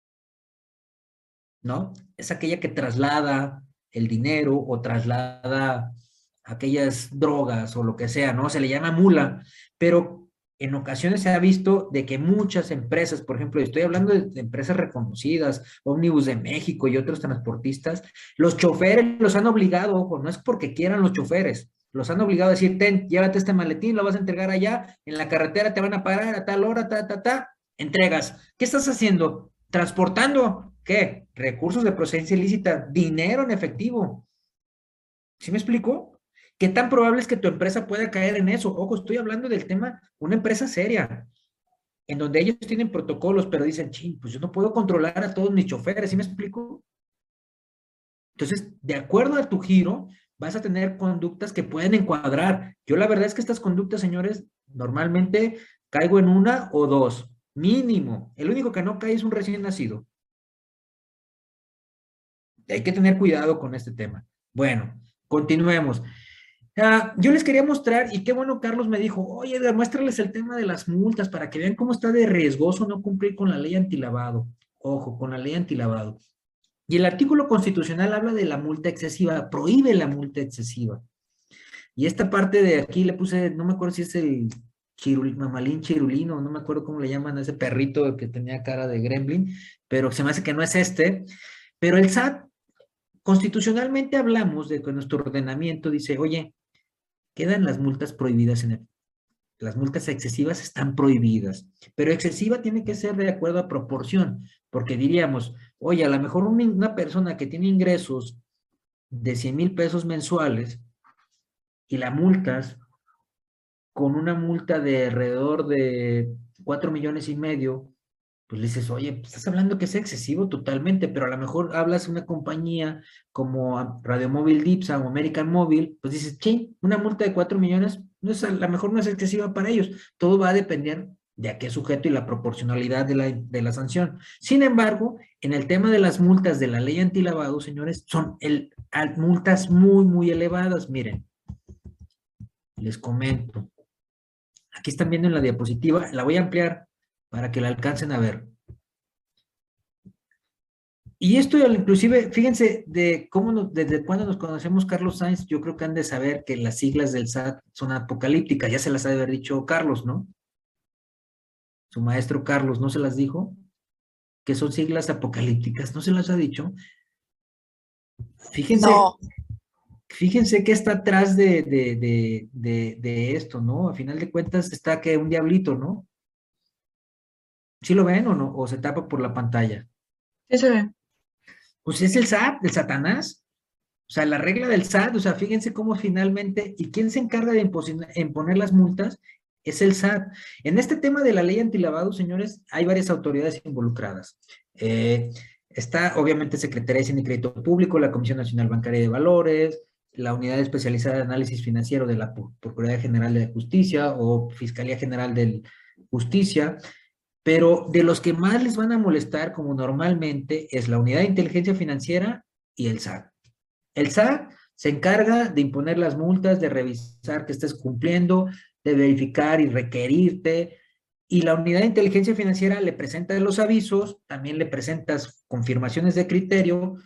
¿No? Es aquella que traslada el dinero o traslada aquellas drogas o lo que sea, ¿no? Se le llama mula, pero en ocasiones se ha visto de que muchas empresas, por ejemplo, estoy hablando de empresas reconocidas, Ómnibus de México y otros transportistas, los choferes los han obligado, ojo, no es porque quieran los choferes, los han obligado a decir, ten, llévate este maletín, lo vas a entregar allá, en la carretera te van a parar a tal hora, entregas. ¿Qué estás haciendo? Transportando, ¿qué? Recursos de procedencia ilícita, dinero en efectivo. ¿Sí me explico? ¿Qué tan probable es que tu empresa pueda caer en eso? Ojo, estoy hablando del tema, una empresa seria, en donde ellos tienen protocolos, pero dicen, ching, pues yo no puedo controlar a todos mis choferes, ¿sí me explico? Entonces, de acuerdo a tu giro, vas a tener conductas que pueden encuadrar. Yo la verdad es que estas conductas, señores, normalmente caigo en una o dos, mínimo. El único que no cae es un recién nacido. Hay que tener cuidado con este tema. Bueno, continuemos. Yo les quería mostrar, y qué bueno, Carlos me dijo, oye, Edgar, muéstrales el tema de las multas para que vean cómo está de riesgoso no cumplir con la ley antilavado. Ojo, con la ley antilavado. Y el artículo constitucional habla de la multa excesiva, prohíbe la multa excesiva. Y esta parte de aquí le puse, no me acuerdo si es el mamalín chirulino, no me acuerdo cómo le llaman a ese perrito que tenía cara de gremlin, pero se me hace que no es este. Pero el SAT, constitucionalmente hablamos de que nuestro ordenamiento dice, oye, quedan las multas prohibidas las multas excesivas están prohibidas, pero excesiva tiene que ser de acuerdo a proporción, porque diríamos, oye, a lo mejor una persona que tiene ingresos de 100,000 pesos mensuales y la multas con una multa de alrededor de 4,5 millones, pues le dices, oye, pues estás hablando que es excesivo totalmente, pero a lo mejor hablas de una compañía como Radiomóvil Dipsa o American Móvil, pues dices, sí, una multa de 4 millones, no es, a lo mejor no es excesiva para ellos. Todo va a depender de a qué sujeto y la proporcionalidad de la sanción. Sin embargo, en el tema de las multas de la ley antilavado, señores, son multas muy, muy elevadas. Miren, les comento. Aquí están viendo en la diapositiva, la voy a ampliar para que la alcancen a ver. Y esto inclusive, fíjense de cómo desde cuando nos conocemos Carlos Sainz, yo creo que han de saber que las siglas del SAT son apocalípticas, ya se las ha de haber dicho Carlos, ¿no? Su maestro Carlos, ¿no se las dijo? Que son siglas apocalípticas, ¿no se las ha dicho? Fíjense, no. Fíjense que está atrás de esto, ¿no? A final de cuentas está que un diablito, ¿no? ¿Sí lo ven o no? ¿O se tapa por la pantalla? Sí se ve. Pues es el SAT, el Satanás. O sea, la regla del SAT, o sea, fíjense cómo finalmente, ¿y quién se encarga de imponer las multas? Es el SAT. En este tema de la ley antilavado, señores, hay varias autoridades involucradas. Está, obviamente, Secretaría de Hacienda y Crédito Público, la Comisión Nacional Bancaria de Valores, la Unidad Especializada de Análisis Financiero de la Procuraduría General de Justicia o Fiscalía General de Justicia, pero de los que más les van a molestar, como normalmente, es la Unidad de Inteligencia Financiera y el SAT. El SAT se encarga de imponer las multas, de revisar que estés cumpliendo, de verificar y requerirte, y la Unidad de Inteligencia Financiera le presenta los avisos, también le presentas confirmaciones de criterio,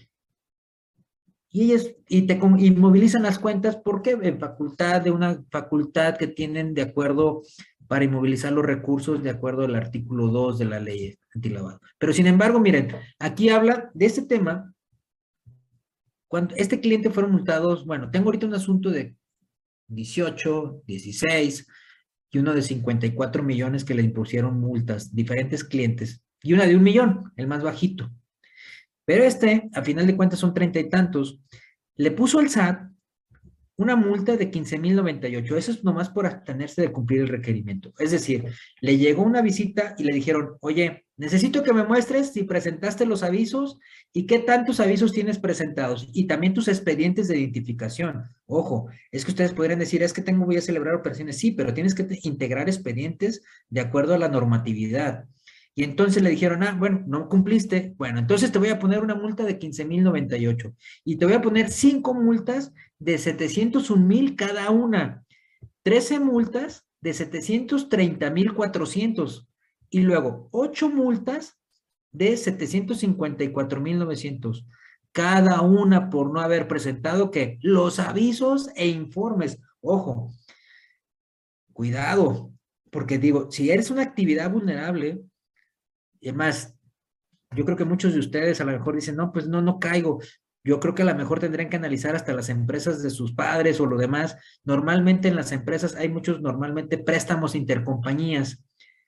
y ellos y movilizan las cuentas porque en facultad de una facultad que tienen de acuerdo para inmovilizar los recursos de acuerdo al artículo 2 de la ley antilavado. Pero sin embargo, miren, aquí habla de este tema. Cuando este cliente fueron multados, bueno, tengo ahorita un asunto de 18, 16 y uno de 54 millones que le impusieron multas, diferentes clientes, y una de 1 millón, el más bajito. Pero a final de cuentas son 30 y tantos. Le puso al SAT una multa de 15,098. Eso es nomás por abstenerse de cumplir el requerimiento. Es decir, le llegó una visita y le dijeron, oye, Necesito que me muestres si presentaste los avisos y qué tantos avisos tienes presentados y también tus expedientes de identificación. Ojo, es que ustedes podrían decir, es que voy a celebrar operaciones. Sí, pero tienes que integrar expedientes de acuerdo a la normatividad. Y entonces le dijeron, bueno, no cumpliste. Bueno, entonces te voy a poner una multa de 15,098 y te voy a poner 5 multas de 701,000 cada una. 13 multas de 730,400 y luego 8 multas de 754,900, cada una por no haber presentado que los avisos e informes. Ojo, cuidado, porque digo, si eres una actividad vulnerable, y además, yo creo que muchos de ustedes a lo mejor dicen, no, pues no caigo. Yo creo que a lo mejor tendrían que analizar hasta las empresas de sus padres o lo demás. Normalmente en las empresas hay muchos, normalmente préstamos intercompañías.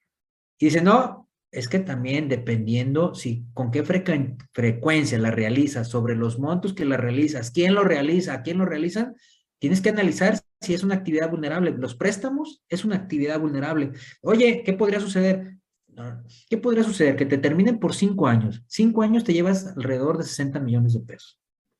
Y dicen, no, es que también dependiendo si con qué frecuencia la realizas, sobre los montos que la realizas, quién lo realiza, a quién lo realizan, tienes que analizar si es una actividad vulnerable. Los préstamos es una actividad vulnerable. Oye, ¿qué podría suceder? ¿Qué podría suceder? Que te terminen por 5 años. 5 años te llevas alrededor de 60 millones de pesos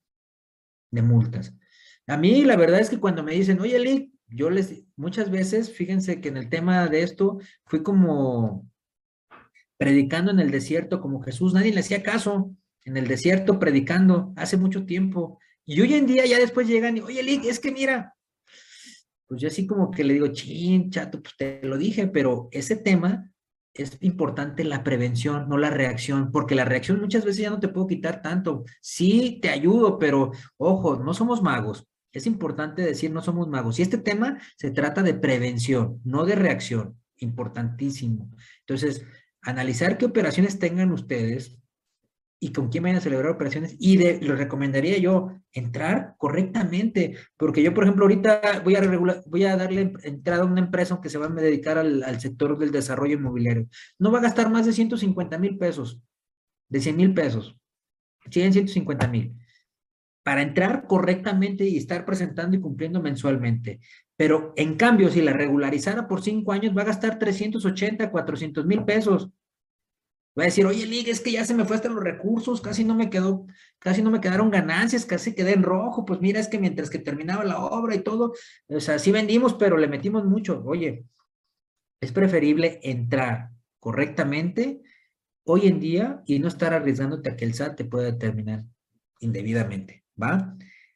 de multas. A mí la verdad es que cuando me dicen, oye, Lick, muchas veces, fíjense que en el tema de esto, fui como predicando en el desierto como Jesús, nadie le hacía caso, en el desierto predicando hace mucho tiempo. Y hoy en día ya después llegan y, oye, Lick, es que mira, pues yo así como que le digo, chin, chato, pues te lo dije, pero ese tema es importante la prevención, no la reacción, porque la reacción muchas veces ya no te puedo quitar tanto. Sí, te ayudo, pero ojo, no somos magos. Es importante decir, no somos magos. Y este tema se trata de prevención, no de reacción. Importantísimo. Entonces, analizar qué operaciones tengan ustedes y con quién vayan a celebrar operaciones. Y les recomendaría yo entrar correctamente, porque yo, por ejemplo, ahorita voy a darle entrada a una empresa que se va a dedicar al sector del desarrollo inmobiliario. No va a gastar más de 150,000 pesos, de 100,000 pesos, 150,000, para entrar correctamente y estar presentando y cumpliendo mensualmente. Pero en cambio, si la regularizara por 5 años, va a gastar 380, 400,000 pesos. Va a decir, oye, Lick, es que ya se me fue hasta los recursos, casi no me quedaron ganancias, casi quedé en rojo. Pues mira, es que mientras que terminaba la obra y todo, o sea, sí vendimos, pero le metimos mucho. Oye, es preferible entrar correctamente hoy en día y no estar arriesgándote a que el SAT te pueda determinar indebidamente, ¿va?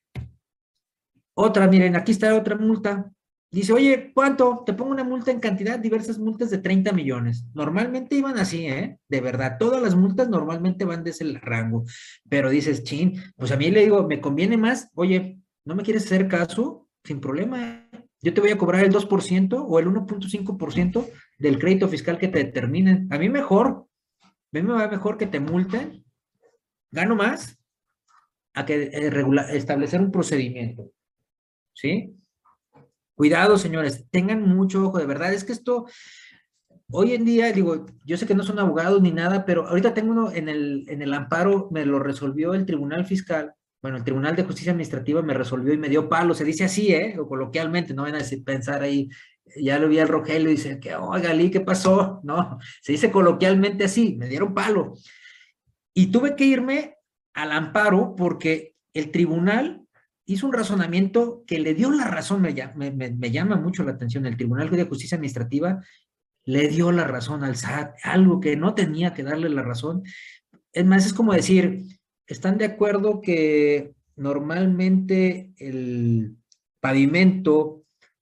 Otra, miren, aquí está otra multa. Dice, oye, ¿cuánto? Te pongo una multa en cantidad, diversas multas de 30 millones. Normalmente iban así, ¿eh? De verdad, todas las multas normalmente van de ese rango. Pero dices, chin, pues a mí le digo, me conviene más, oye, ¿no me quieres hacer caso? Sin problema, yo te voy a cobrar el 2% o el 1,5% del crédito fiscal que te determinen. A mí mejor, a mí me va mejor que te multen, gano más, a que establecer un procedimiento, ¿sí? Cuidado, señores, tengan mucho ojo, de verdad, es que esto, hoy en día, digo, yo sé que no son abogados ni nada, pero ahorita tengo uno en el amparo, me lo resolvió el Tribunal Fiscal, bueno, el Tribunal de Justicia Administrativa me resolvió y me dio palo, se dice así, o coloquialmente, no van a pensar ahí, ya lo vi al Rogelio y dice, que, oiga, Lee, ¿qué pasó? No, se dice coloquialmente así, me dieron palo. Y tuve que irme al amparo porque el tribunal hizo un razonamiento que le dio la razón, me llama mucho la atención, el Tribunal de Justicia Administrativa le dio la razón al SAT, algo que no tenía que darle la razón. Es más, es como decir, ¿están de acuerdo que normalmente el pavimento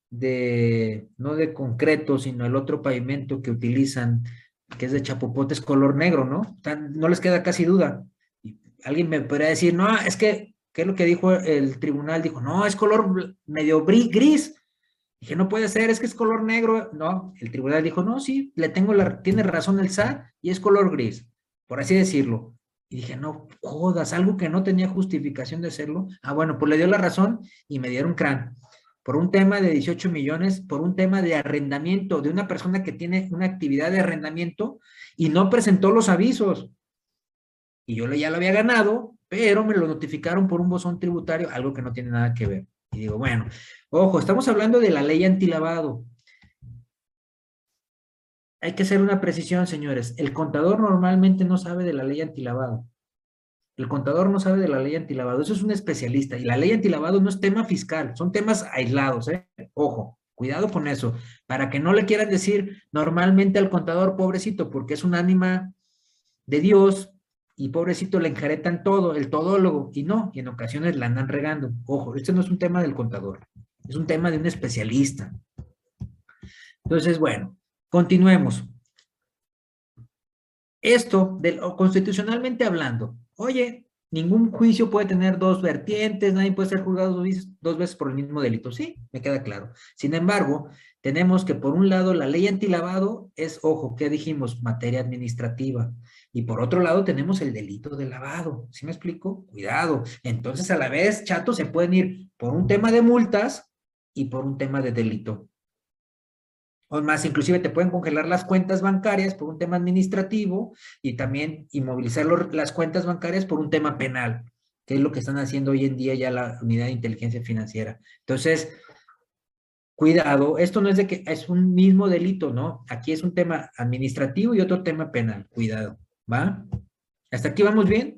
no de concreto, sino el otro pavimento que utilizan, que es de chapopote, es color negro, ¿no? No les queda casi duda. Y alguien me podría decir, no, es que, ¿qué es lo que dijo el tribunal? Dijo, no, es color medio gris. Dije, no puede ser, es que es color negro. No, el tribunal dijo, no, sí, tiene razón el SAT y es color gris, por así decirlo. Y dije, no jodas, algo que no tenía justificación de hacerlo. Bueno, pues le dio la razón y me dieron crán. Por un tema de 18 millones, por un tema de arrendamiento, de una persona que tiene una actividad de arrendamiento y no presentó los avisos. Y yo ya lo había ganado, pero me lo notificaron por un buzón tributario, algo que no tiene nada que ver. Y digo, bueno, ojo, estamos hablando de la ley antilavado. hay que hacer una precisión, señores. El contador normalmente no sabe de la ley antilavado. El contador no sabe de la ley antilavado. Eso es un especialista. Y la ley antilavado no es tema fiscal, son temas aislados, ¿eh? Ojo, cuidado con eso. Para que no le quieran decir normalmente al contador, pobrecito, porque es un ánima de Dios y pobrecito le enjaretan todo, el todólogo, y no, y en ocasiones la andan regando. Ojo, este no es un tema del contador, es un tema de un especialista. Entonces, bueno, continuemos. Esto, constitucionalmente hablando, oye, ningún juicio puede tener dos vertientes, nadie puede ser juzgado dos veces por el mismo delito. Sí, me queda claro. Sin embargo, tenemos que por un lado la ley antilavado es, ojo, ¿qué dijimos? Materia administrativa. Y por otro lado tenemos el delito de lavado. ¿Sí me explico? Cuidado. Entonces, a la vez, chato, se pueden ir por un tema de multas y por un tema de delito. O más, inclusive te pueden congelar las cuentas bancarias por un tema administrativo y también inmovilizar las cuentas bancarias por un tema penal, que es lo que están haciendo hoy en día ya la Unidad de Inteligencia Financiera. Entonces, cuidado, esto no es de que es un mismo delito, ¿no? Aquí es un tema administrativo y otro tema penal. Cuidado, ¿va? ¿Hasta aquí vamos bien?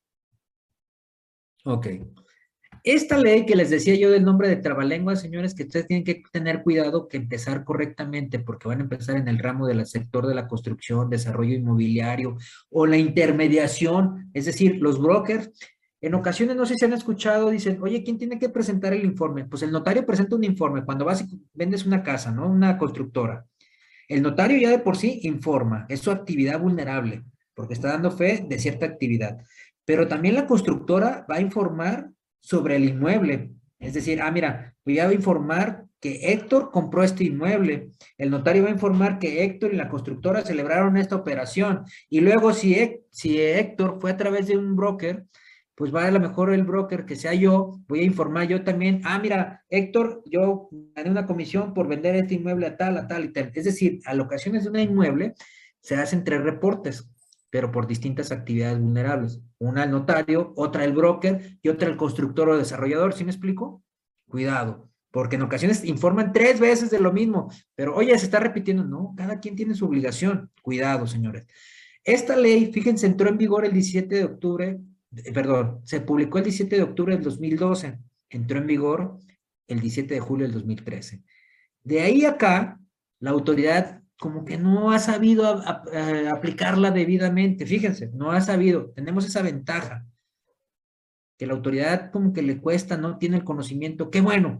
Ok. Esta ley que les decía yo del nombre de trabalenguas, señores, que ustedes tienen que tener cuidado que empezar correctamente, porque van a empezar en el ramo del sector de la construcción, desarrollo inmobiliario o la intermediación, es decir, los brokers. En ocasiones, no sé si han escuchado, dicen, oye, ¿quién tiene que presentar el informe? Pues el notario presenta un informe cuando vas y vendes una casa, ¿no? Una constructora. El notario ya de por sí informa, es su actividad vulnerable, porque está dando fe de cierta actividad. Pero también la constructora va a informar sobre el inmueble. Es decir, mira, voy a informar que Héctor compró este inmueble. El notario va a informar que Héctor y la constructora celebraron esta operación. Y luego, si Héctor fue a través de un broker, pues va a lo mejor el broker que sea yo, voy a informar yo también, mira, Héctor, yo gané una comisión por vender este inmueble a tal y tal. Es decir, a locaciones de un inmueble se hacen 3 reportes, pero por distintas actividades vulnerables. Una el notario, otra el broker y otra el constructor o desarrollador. ¿Sí me explico? Cuidado, porque en ocasiones informan 3 veces de lo mismo, pero oye, se está repitiendo. No, cada quien tiene su obligación. Cuidado, señores. Esta ley, fíjense, entró en vigor el 17 de octubre, perdón, se publicó el 17 de octubre del 2012, entró en vigor el 17 de julio del 2013. De ahí acá, la autoridad como que no ha sabido aplicarla debidamente, fíjense, no ha sabido, tenemos esa ventaja, que la autoridad como que le cuesta, no tiene el conocimiento, qué bueno,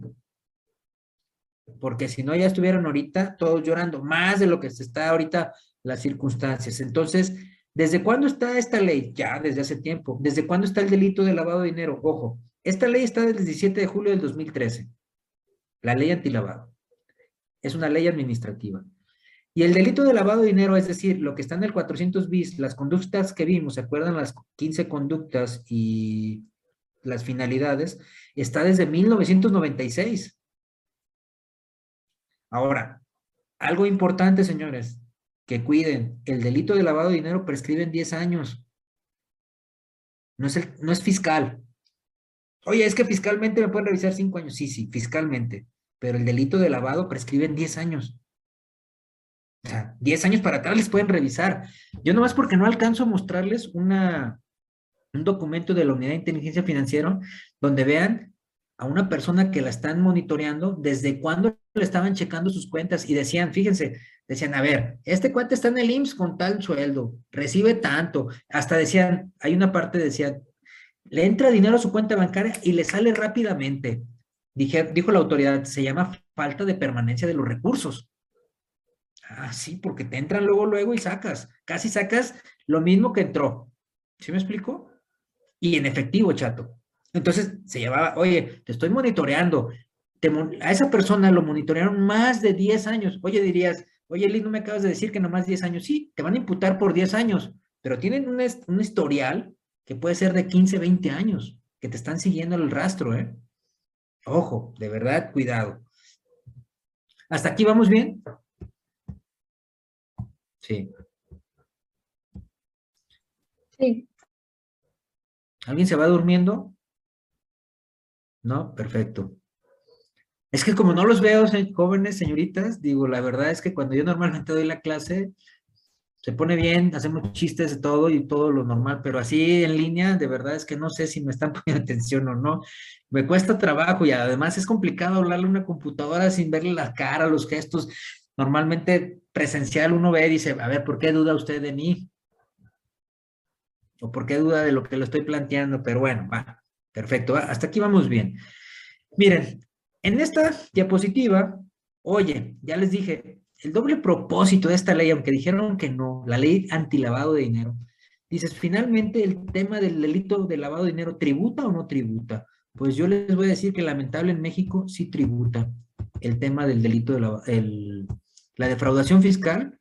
porque si no ya estuvieron ahorita todos llorando, más de lo que se está ahorita las circunstancias. Entonces, ¿desde cuándo está esta ley? Ya, desde hace tiempo. ¿Desde cuándo está el delito de lavado de dinero? Ojo, esta ley está desde el 17 de julio del 2013, la ley antilavado. Es una ley administrativa. Y el delito de lavado de dinero, es decir, lo que está en el 400 bis, las conductas que vimos, ¿se acuerdan las 15 conductas y las finalidades? Está desde 1996. Ahora, algo importante, señores, que cuiden, el delito de lavado de dinero prescribe en 10 años. No es fiscal. Oye, es que fiscalmente me pueden revisar 5 años. Sí, fiscalmente. Pero el delito de lavado prescribe en 10 años. O sea, 10 años para atrás les pueden revisar. Yo nomás porque no alcanzo a mostrarles un documento de la Unidad de Inteligencia Financiera donde vean a una persona que la están monitoreando desde cuándo le estaban checando sus cuentas y decían, fíjense, decían, a ver, este cuate está en el IMSS con tal sueldo, recibe tanto, hasta decían, hay una parte decían, le entra dinero a su cuenta bancaria y le sale rápidamente. Dijo la autoridad, se llama falta de permanencia de los recursos. Sí, porque te entran luego y sacas, casi sacas lo mismo que entró. ¿Sí me explico? Y en efectivo, chato. Entonces se llevaba, oye, te estoy monitoreando. A esa persona lo monitorearon más de 10 años. Oye, dirías, oye, Liz, no me acabas de decir que nomás 10 años. Sí, te van a imputar por 10 años, pero tienen un historial que puede ser de 15, 20 años, que te están siguiendo el rastro, ¿eh? Ojo, de verdad, cuidado. ¿Hasta aquí vamos bien? Sí. Sí. ¿Alguien se va durmiendo? No, perfecto. Es que como no los veo, jóvenes, señoritas, digo, la verdad es que cuando yo normalmente doy la clase, se pone bien, hacemos chistes de todo y todo lo normal, pero así en línea, de verdad es que no sé si me están poniendo atención o no. Me cuesta trabajo y además es complicado hablarle a una computadora sin verle la cara, los gestos. Normalmente presencial uno ve y dice, a ver, ¿por qué duda usted de mí? ¿O por qué duda de lo que le estoy planteando? Pero bueno, va, perfecto, va, hasta aquí vamos bien. Miren, en esta diapositiva, oye, ya les dije, el doble propósito de esta ley, aunque dijeron que no, la ley antilavado de dinero, dices, finalmente el tema del delito de lavado de dinero, ¿tributa o no tributa? Pues yo les voy a decir que lamentable en México sí tributa el tema del delito de la defraudación fiscal,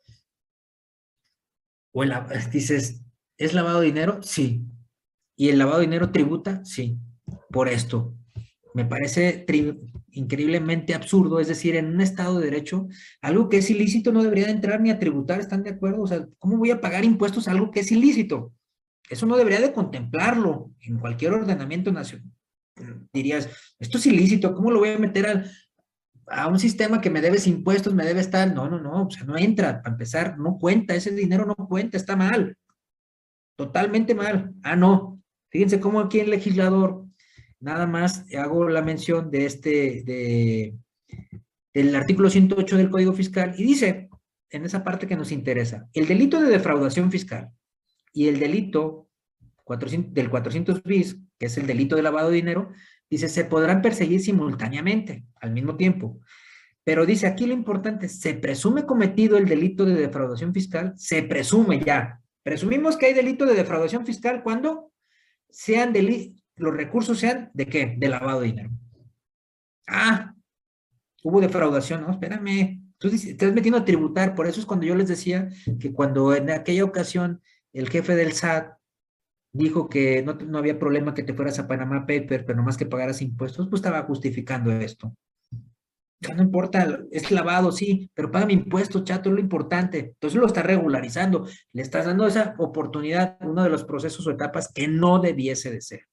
o dices, ¿es lavado de dinero? Sí. ¿Y el lavado de dinero tributa? Sí. Por esto. Me parece increíblemente absurdo, es decir, en un Estado de Derecho, algo que es ilícito no debería de entrar ni a tributar, ¿están de acuerdo? O sea, ¿cómo voy a pagar impuestos a algo que es ilícito? Eso no debería de contemplarlo en cualquier ordenamiento nacional. Dirías, esto es ilícito, ¿cómo lo voy a meter a un sistema que me debes impuestos, me debe estar? No, no, no, o sea, no entra, para empezar, no cuenta, ese dinero no cuenta, está mal, totalmente mal. Ah, no, fíjense cómo aquí el legislador, nada más hago la mención del artículo 108 del Código Fiscal y dice, en esa parte que nos interesa, el delito de defraudación fiscal y el delito del 400 bis, que es el delito de lavado de dinero, dice, se podrán perseguir simultáneamente, al mismo tiempo. Pero dice aquí lo importante, se presume cometido el delito de defraudación fiscal, se presume ya. Presumimos que hay delito de defraudación fiscal cuando los recursos sean ¿de qué? De lavado de dinero. Ah, hubo defraudación, no, espérame. Tú te estás metiendo a tributar, por eso es cuando yo les decía que cuando en aquella ocasión el jefe del SAT dijo que no había problema que te fueras a Panama Paper, pero nomás que pagaras impuestos, pues estaba justificando esto. Ya no importa, es lavado, sí, pero págame impuestos, chato, es lo importante. Entonces lo está regularizando, le estás dando esa oportunidad, uno de los procesos o etapas que no debiese de ser.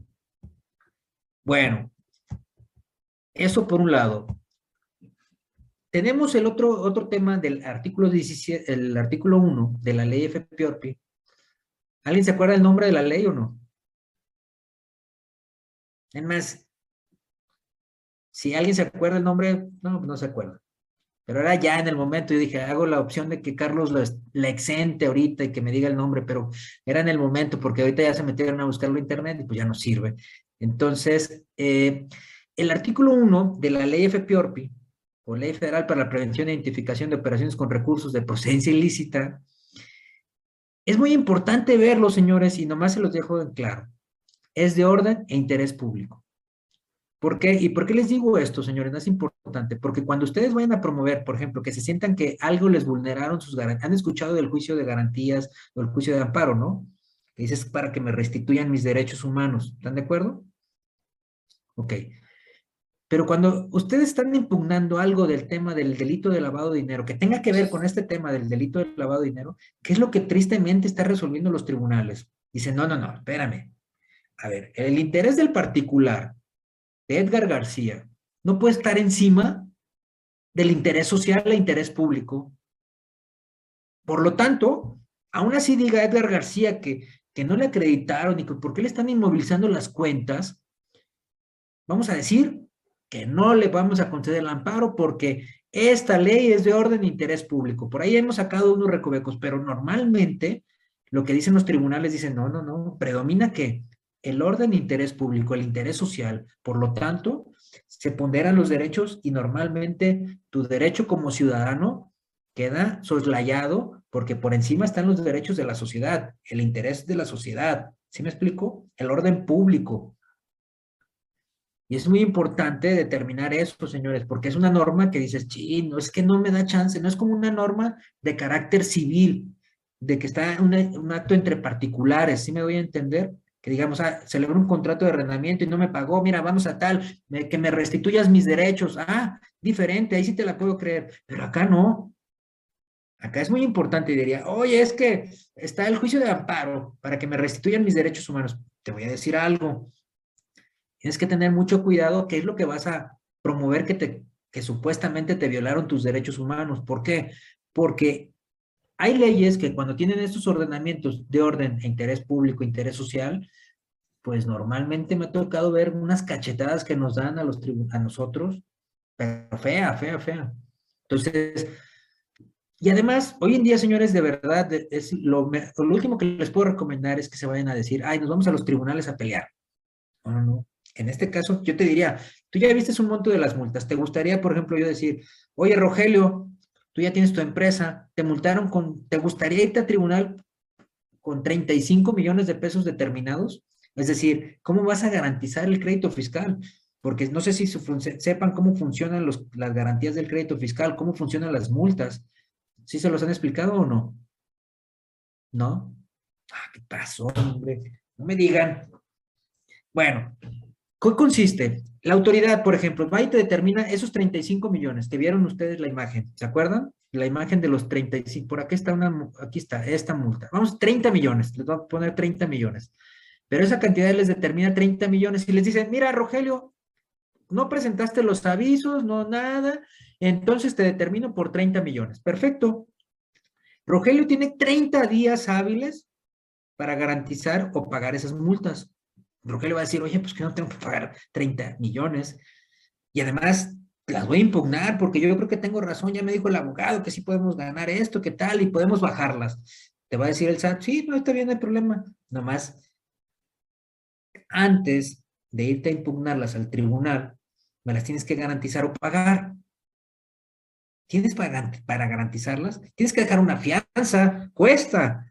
Bueno, eso por un lado. Tenemos el otro tema del artículo 17, el artículo 1 de la ley FPORPI. ¿Alguien se acuerda el nombre de la ley o no? Es más, si alguien se acuerda el nombre, no se acuerda. Pero era ya en el momento, yo dije, hago la opción de que Carlos la exente ahorita y que me diga el nombre, pero era en el momento, porque ahorita ya se metieron a buscarlo en internet y pues ya no sirve. Entonces, el artículo 1 de la ley FPORPI, o Ley Federal para la Prevención e Identificación de Operaciones con Recursos de Procedencia Ilícita, es muy importante verlo, señores, y nomás se los dejo en claro. Es de orden e interés público. ¿Por qué? ¿Y por qué les digo esto, señores? No es importante, porque cuando ustedes vayan a promover, por ejemplo, que se sientan que algo les vulneraron sus garantías, han escuchado del juicio de garantías o el juicio de amparo, ¿no? Que dices para que me restituyan mis derechos humanos. ¿Están de acuerdo? Ok. Pero cuando ustedes están impugnando algo del tema del delito de lavado de dinero, que tenga que ver con este tema del delito de lavado de dinero, ¿qué es lo que tristemente está resolviendo los tribunales? Dicen, no, espérame. A ver, el interés del particular de Edgar García no puede estar encima del interés social e interés público. Por lo tanto, aún así diga Edgar García que no le acreditaron y que por qué le están inmovilizando las cuentas, vamos a decir que no le vamos a conceder el amparo porque esta ley es de orden e interés público. Por ahí hemos sacado unos recovecos, pero normalmente lo que dicen los tribunales dicen, no, predomina que el orden e interés público, el interés social, por lo tanto, se ponderan los derechos y normalmente tu derecho como ciudadano queda soslayado porque por encima están los derechos de la sociedad, el interés de la sociedad. ¿Sí me explico? El orden público. Y es muy importante determinar eso, señores, porque es una norma que dices, no, es que no me da chance, no es como una norma de carácter civil, de que está un acto entre particulares, ¿sí me voy a entender? Que digamos, celebró un contrato de arrendamiento y no me pagó, mira, vamos a tal, que me restituyas mis derechos, diferente, ahí sí te la puedo creer, pero acá no. Acá es muy importante y diría, oye, es que está el juicio de amparo para que me restituyan mis derechos humanos. Te voy a decir algo. Tienes que tener mucho cuidado qué es lo que vas a promover que supuestamente te violaron tus derechos humanos. ¿Por qué? Porque hay leyes que cuando tienen estos ordenamientos de orden e interés público, interés social, pues normalmente me ha tocado ver unas cachetadas que nos dan a nosotros, pero fea, fea, fea. Entonces, y además, hoy en día, señores, de verdad, es lo último que les puedo recomendar es que se vayan a decir, ay, nos vamos a los tribunales a pelear. No, no, no. En este caso, yo te diría, tú ya viste un monto de las multas. ¿Te gustaría, por ejemplo, yo decir, oye, Rogelio, tú ya tienes tu empresa, te multaron ¿te gustaría irte a tribunal con 35 millones de pesos determinados? Es decir, ¿cómo vas a garantizar el crédito fiscal? Porque no sé si sepan cómo funcionan las garantías del crédito fiscal, cómo funcionan las multas. ¿Sí se los han explicado o no? ¿No? Ah, ¿qué pasó, hombre? No me digan. Bueno, ¿qué consiste? La autoridad, por ejemplo, va y te determina esos 35 millones. ¿Te vieron ustedes la imagen? ¿Se acuerdan? La imagen de los 35. Por aquí está aquí está, esta multa. Vamos, 30 millones. Les voy a poner 30 millones. Pero esa cantidad les determina 30 millones y les dicen, mira, Rogelio, no presentaste los avisos, no nada, entonces te determino por 30 millones. Perfecto. Rogelio tiene 30 días hábiles para garantizar o pagar esas multas. Rogelio va a decir, oye, pues que no tengo que pagar 30 millones. Y además, las voy a impugnar porque yo creo que tengo razón. Ya me dijo el abogado que sí podemos ganar esto, que tal, y podemos bajarlas. Te va a decir el SAT, sí, no, está bien, no hay problema. Nomás, antes de irte a impugnarlas al tribunal, me las tienes que garantizar o pagar. ¿Tienes para garantizarlas? Tienes que dejar una fianza, cuesta.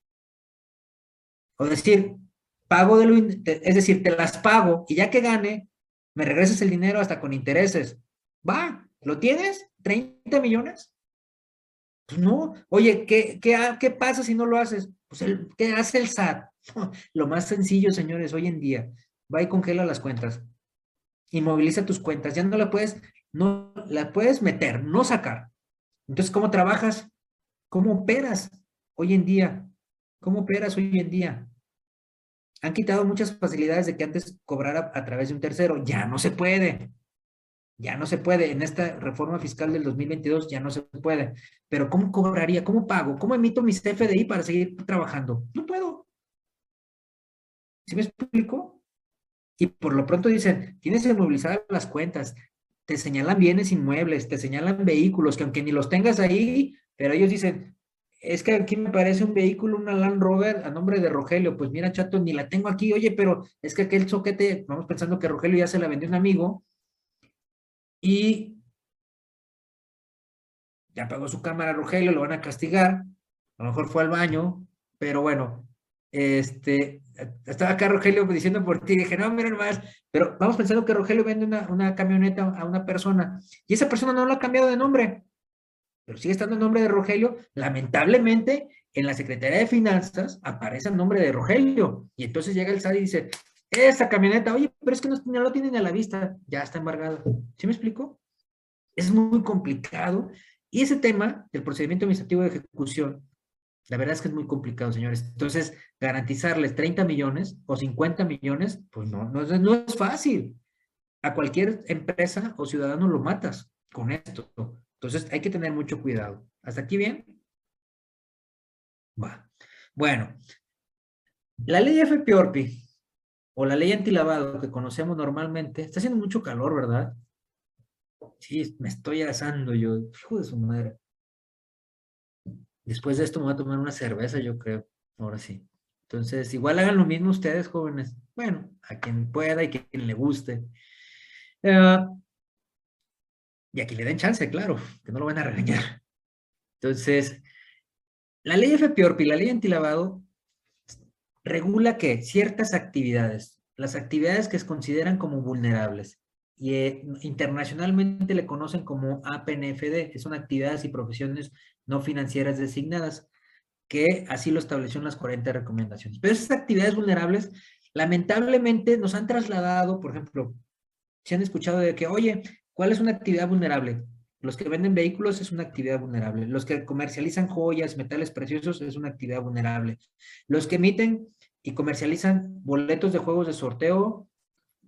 O decir, es decir, te las pago y ya que gane, me regresas el dinero hasta con intereses. Va, ¿lo tienes? ¿30 millones? Pues no. Oye, ¿qué pasa si no lo haces? Pues ¿qué hace el SAT? Lo más sencillo, señores, hoy en día, va y congela las cuentas. Inmoviliza tus cuentas. Ya no la puedes meter, no sacar. Entonces, ¿cómo trabajas? ¿Cómo operas hoy en día? ¿Cómo operas hoy en día? Han quitado muchas facilidades de que antes cobrara a través de un tercero. Ya no se puede. Ya no se puede. En esta reforma fiscal del 2022 ya no se puede. Pero ¿cómo cobraría? ¿Cómo pago? ¿Cómo emito mis CFDI para seguir trabajando? No puedo. ¿Sí me explico? Y por lo pronto dicen, tienes que movilizar las cuentas, te señalan bienes inmuebles, te señalan vehículos, que aunque ni los tengas ahí, pero ellos dicen, es que aquí me parece un vehículo, una Land Rover a nombre de Rogelio, pues mira, chato, ni la tengo aquí, oye, pero es que aquel soquete, vamos pensando que Rogelio ya se la vendió a un amigo, y ya pagó su cámara a Rogelio, lo van a castigar, a lo mejor fue al baño, pero bueno, estaba acá Rogelio diciendo por ti, dije, no, mira nomás, pero vamos pensando que Rogelio vende una camioneta a una persona, y esa persona no lo ha cambiado de nombre, pero sigue estando el nombre de Rogelio, lamentablemente, en la Secretaría de Finanzas aparece el nombre de Rogelio, y entonces llega el SAT y dice, esa camioneta, oye, pero es que no lo tienen a la vista, ya está embargada. ¿Sí me explico? Es muy complicado, y ese tema del procedimiento administrativo de ejecución, la verdad es que es muy complicado, señores. Entonces, garantizarles 30 millones o 50 millones, pues no es fácil. A cualquier empresa o ciudadano lo matas con esto. Entonces, hay que tener mucho cuidado. ¿Hasta aquí bien? Va. Bueno, la ley FPORPI o la ley antilavado que conocemos normalmente, está haciendo mucho calor, ¿verdad? Sí, me estoy asando yo. Hijo de su madre. Después de esto me voy a tomar una cerveza, yo creo. Ahora sí. Entonces, igual hagan lo mismo ustedes, jóvenes. Bueno, a quien pueda y quien le guste. Y a quien le den chance, claro, que no lo van a regañar. Entonces, la ley FPORPI, la ley antilavado, regula que ciertas actividades, las actividades que se consideran como vulnerables, y internacionalmente le conocen como APNFD, que son actividades y profesiones no financieras designadas, que así lo estableció en las 40 recomendaciones. Pero esas actividades vulnerables, lamentablemente, nos han trasladado, por ejemplo, si han escuchado de que, oye, ¿cuál es una actividad vulnerable? Los que venden vehículos es una actividad vulnerable. Los que comercializan joyas, metales preciosos es una actividad vulnerable. Los que emiten y comercializan boletos de juegos de sorteo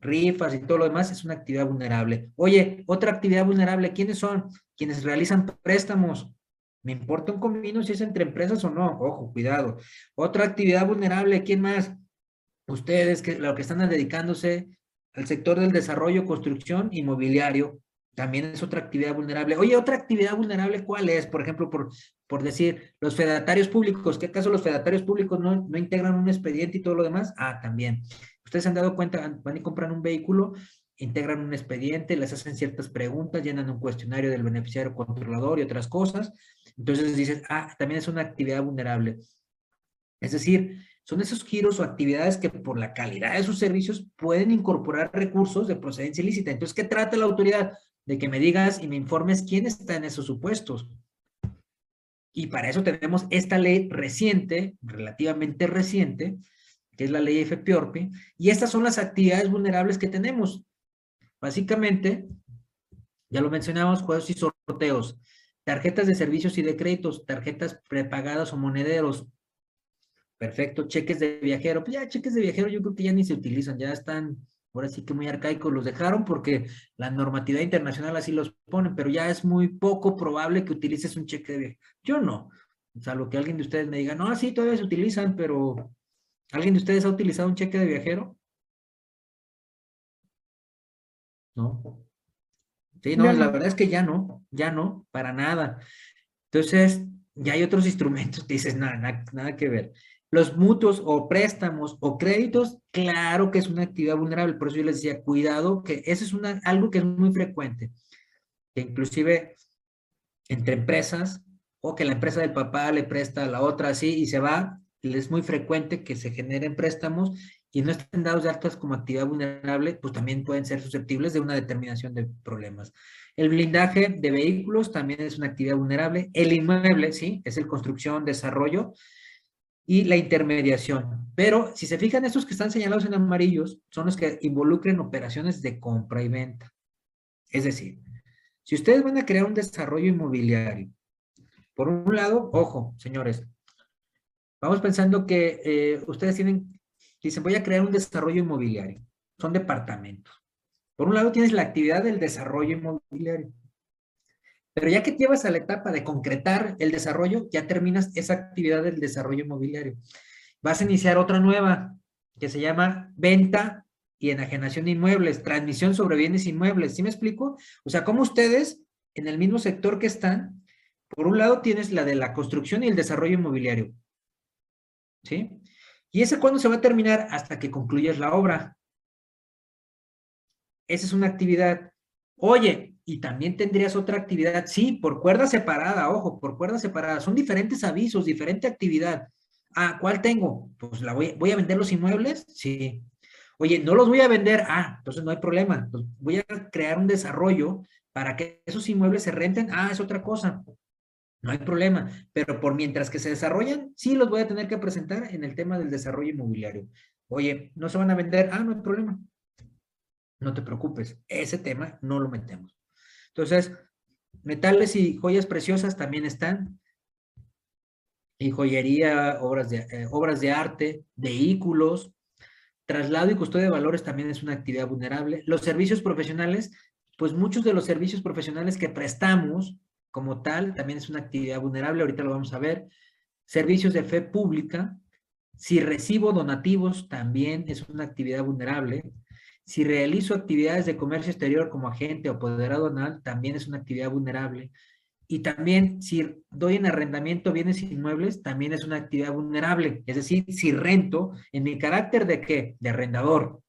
rifas y todo lo demás, es una actividad vulnerable. Oye, otra actividad vulnerable, ¿quiénes son? Quienes realizan préstamos. Me importa un comino si es entre empresas o no. Ojo, cuidado. Otra actividad vulnerable, ¿quién más? Ustedes, lo que están dedicándose al sector del desarrollo, construcción, inmobiliario, también es otra actividad vulnerable. Oye, otra actividad vulnerable, ¿cuál es? Por ejemplo, por decir, los fedatarios públicos. ¿Qué acaso los fedatarios públicos no integran un expediente y todo lo demás? Ah, también. Ustedes se han dado cuenta, van y compran un vehículo, integran un expediente, les hacen ciertas preguntas, llenan un cuestionario del beneficiario controlador y otras cosas. Entonces dices, ah, también es una actividad vulnerable. Es decir, son esos giros o actividades que por la calidad de sus servicios pueden incorporar recursos de procedencia ilícita. Entonces, ¿qué trata la autoridad? De que me digas y me informes quién está en esos supuestos. Y para eso tenemos esta ley reciente, relativamente reciente, que es la ley FPORPI, y estas son las actividades vulnerables que tenemos. Básicamente, ya lo mencionamos, juegos y sorteos, tarjetas de servicios y de créditos, tarjetas prepagadas o monederos. Perfecto, cheques de viajero. Pues ya cheques de viajero yo creo que ya ni se utilizan, ya están, ahora sí que muy arcaicos, los dejaron porque la normatividad internacional así los ponen, pero ya es muy poco probable que utilices un cheque de viajero. Yo no, salvo que alguien de ustedes me diga, no, sí, todavía se utilizan, pero ¿alguien de ustedes ha utilizado un cheque de viajero? No. Sí, no, Yo la no. verdad es que ya no, para nada. Entonces, ya hay otros instrumentos que dices, nada que ver. Los mutuos o préstamos o créditos, claro que es una actividad vulnerable, por eso yo les decía, cuidado, que eso es algo que es muy frecuente, que inclusive entre empresas, o que la empresa del papá le presta a la otra así y se va, y es muy frecuente que se generen préstamos y no estén dados de altas como actividad vulnerable, pues también pueden ser susceptibles de una determinación de problemas. El blindaje de vehículos también es una actividad vulnerable. El inmueble, sí, es el construcción, desarrollo y la intermediación. Pero si se fijan, estos que están señalados en amarillos son los que involucren operaciones de compra y venta. Es decir, si ustedes van a crear un desarrollo inmobiliario, por un lado, ojo, señores, vamos pensando que ustedes dicen, voy a crear un desarrollo inmobiliario. Son departamentos. Por un lado tienes la actividad del desarrollo inmobiliario. Pero ya que llevas a la etapa de concretar el desarrollo, ya terminas esa actividad del desarrollo inmobiliario. Vas a iniciar otra nueva, que se llama venta y enajenación de inmuebles, transmisión sobre bienes inmuebles. ¿Sí me explico? O sea, como ustedes, en el mismo sector que están, por un lado tienes la de la construcción y el desarrollo inmobiliario. ¿Sí? ¿Y ese cuándo se va a terminar? Hasta que concluyas la obra. Esa es una actividad. Oye, y también tendrías otra actividad, sí, por cuerda separada, ojo, por cuerda separada. Son diferentes avisos, diferente actividad. Ah, ¿cuál tengo? Pues voy a vender los inmuebles, sí. Oye, no los voy a vender, ah, entonces no hay problema. Pues voy a crear un desarrollo para que esos inmuebles se renten, ah, es otra cosa. No hay problema, pero por mientras que se desarrollan, sí los voy a tener que presentar en el tema del desarrollo inmobiliario. Oye, ¿no se van a vender? Ah, no hay problema. No te preocupes, ese tema no lo metemos. Entonces, metales y joyas preciosas también están. Y joyería, obras de arte, vehículos, traslado y custodia de valores también es una actividad vulnerable. Los servicios profesionales, pues muchos de los servicios profesionales que prestamos como tal, también es una actividad vulnerable, ahorita lo vamos a ver. Servicios de fe pública, si recibo donativos, también es una actividad vulnerable. Si realizo actividades de comercio exterior como agente o apoderado anual, también es una actividad vulnerable. Y también, si doy en arrendamiento bienes inmuebles, también es una actividad vulnerable. Es decir, si rento, ¿en mi carácter de qué? De arrendador.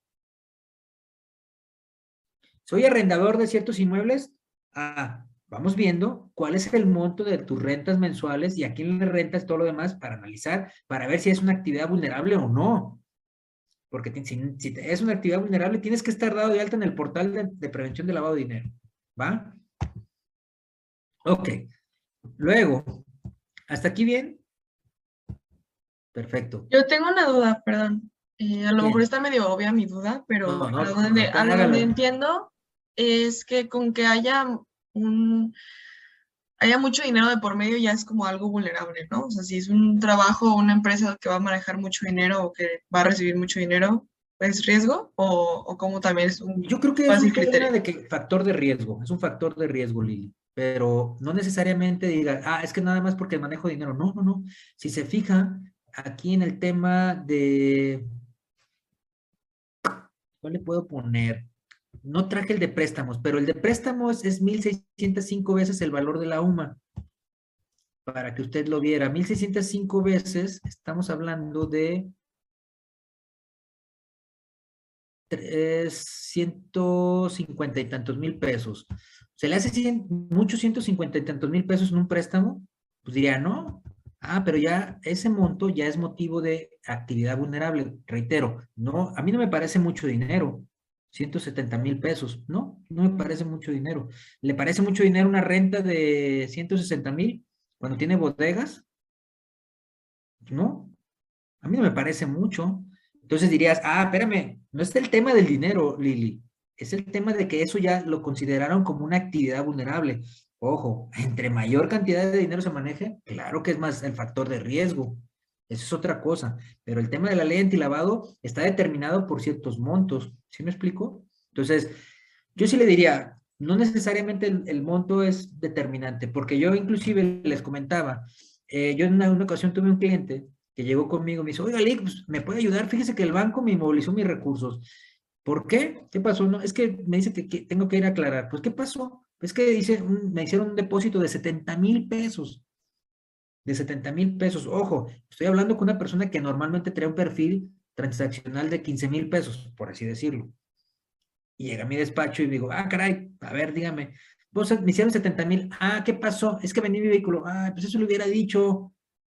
¿Soy arrendador de ciertos inmuebles? Ah, vamos viendo cuál es el monto de tus rentas mensuales y a quién le rentas todo lo demás para analizar, para ver si es una actividad vulnerable o no. Porque si es una actividad vulnerable, tienes que estar dado de alta en el portal de prevención de lavado de dinero. ¿Va? Ok. Luego, ¿hasta aquí bien? Perfecto. Yo tengo una duda, perdón. A lo Bien. mejor está medio obvia mi duda, pero No, a donde hágalo. entiendo es que con que haya mucho dinero de por medio ya es como algo vulnerable, ¿no? O sea, si es un trabajo o una empresa que va a manejar mucho dinero o que va a recibir mucho dinero, es riesgo o como también es un Yo creo que es fácil un tema criterio? de que factor de riesgo, es un factor de riesgo, Lili, pero no necesariamente diga, es que nada más porque el manejo de dinero. No, no, no. Si se fija aquí en el tema de, ¿cuál le puedo poner? No traje el de préstamos, pero el de préstamos es 1,605 veces el valor de la UMA, para que usted lo viera. 1,605 veces, estamos hablando de 150 y tantos mil pesos. ¿Se le hace muchos 150 y tantos mil pesos en un préstamo? Pues diría, no. Pero ya ese monto ya es motivo de actividad vulnerable. Reitero, no, a mí no me parece mucho dinero. 170,000 pesos, ¿no? No me parece mucho dinero. ¿Le parece mucho dinero una renta de 160,000 cuando tiene bodegas? No, a mí no me parece mucho. Entonces dirías, espérame, no es el tema del dinero, Lili, es el tema de que eso ya lo consideraron como una actividad vulnerable. Ojo, entre mayor cantidad de dinero se maneje, claro que es más el factor de riesgo. Eso es otra cosa. Pero el tema de la ley antilavado está determinado por ciertos montos. ¿Sí me explico? Entonces, yo sí le diría, no necesariamente el monto es determinante, porque yo inclusive les comentaba, yo en una ocasión tuve un cliente que llegó conmigo, me dice, oiga, Lick, pues, ¿me puede ayudar? Fíjese que el banco me inmovilizó mis recursos. ¿Por qué? ¿Qué pasó? No, es que me dice que tengo que ir a aclarar. Pues, ¿qué pasó? Es que me hicieron un depósito de 70,000 pesos. De 70,000 pesos. Ojo, estoy hablando con una persona que normalmente trae un perfil transaccional de 15,000 pesos, por así decirlo. Y llega a mi despacho y digo, caray, a ver, dígame. Vos me hicieron 70,000. ¿Qué pasó? Es que vendí mi vehículo. Pues eso le hubiera dicho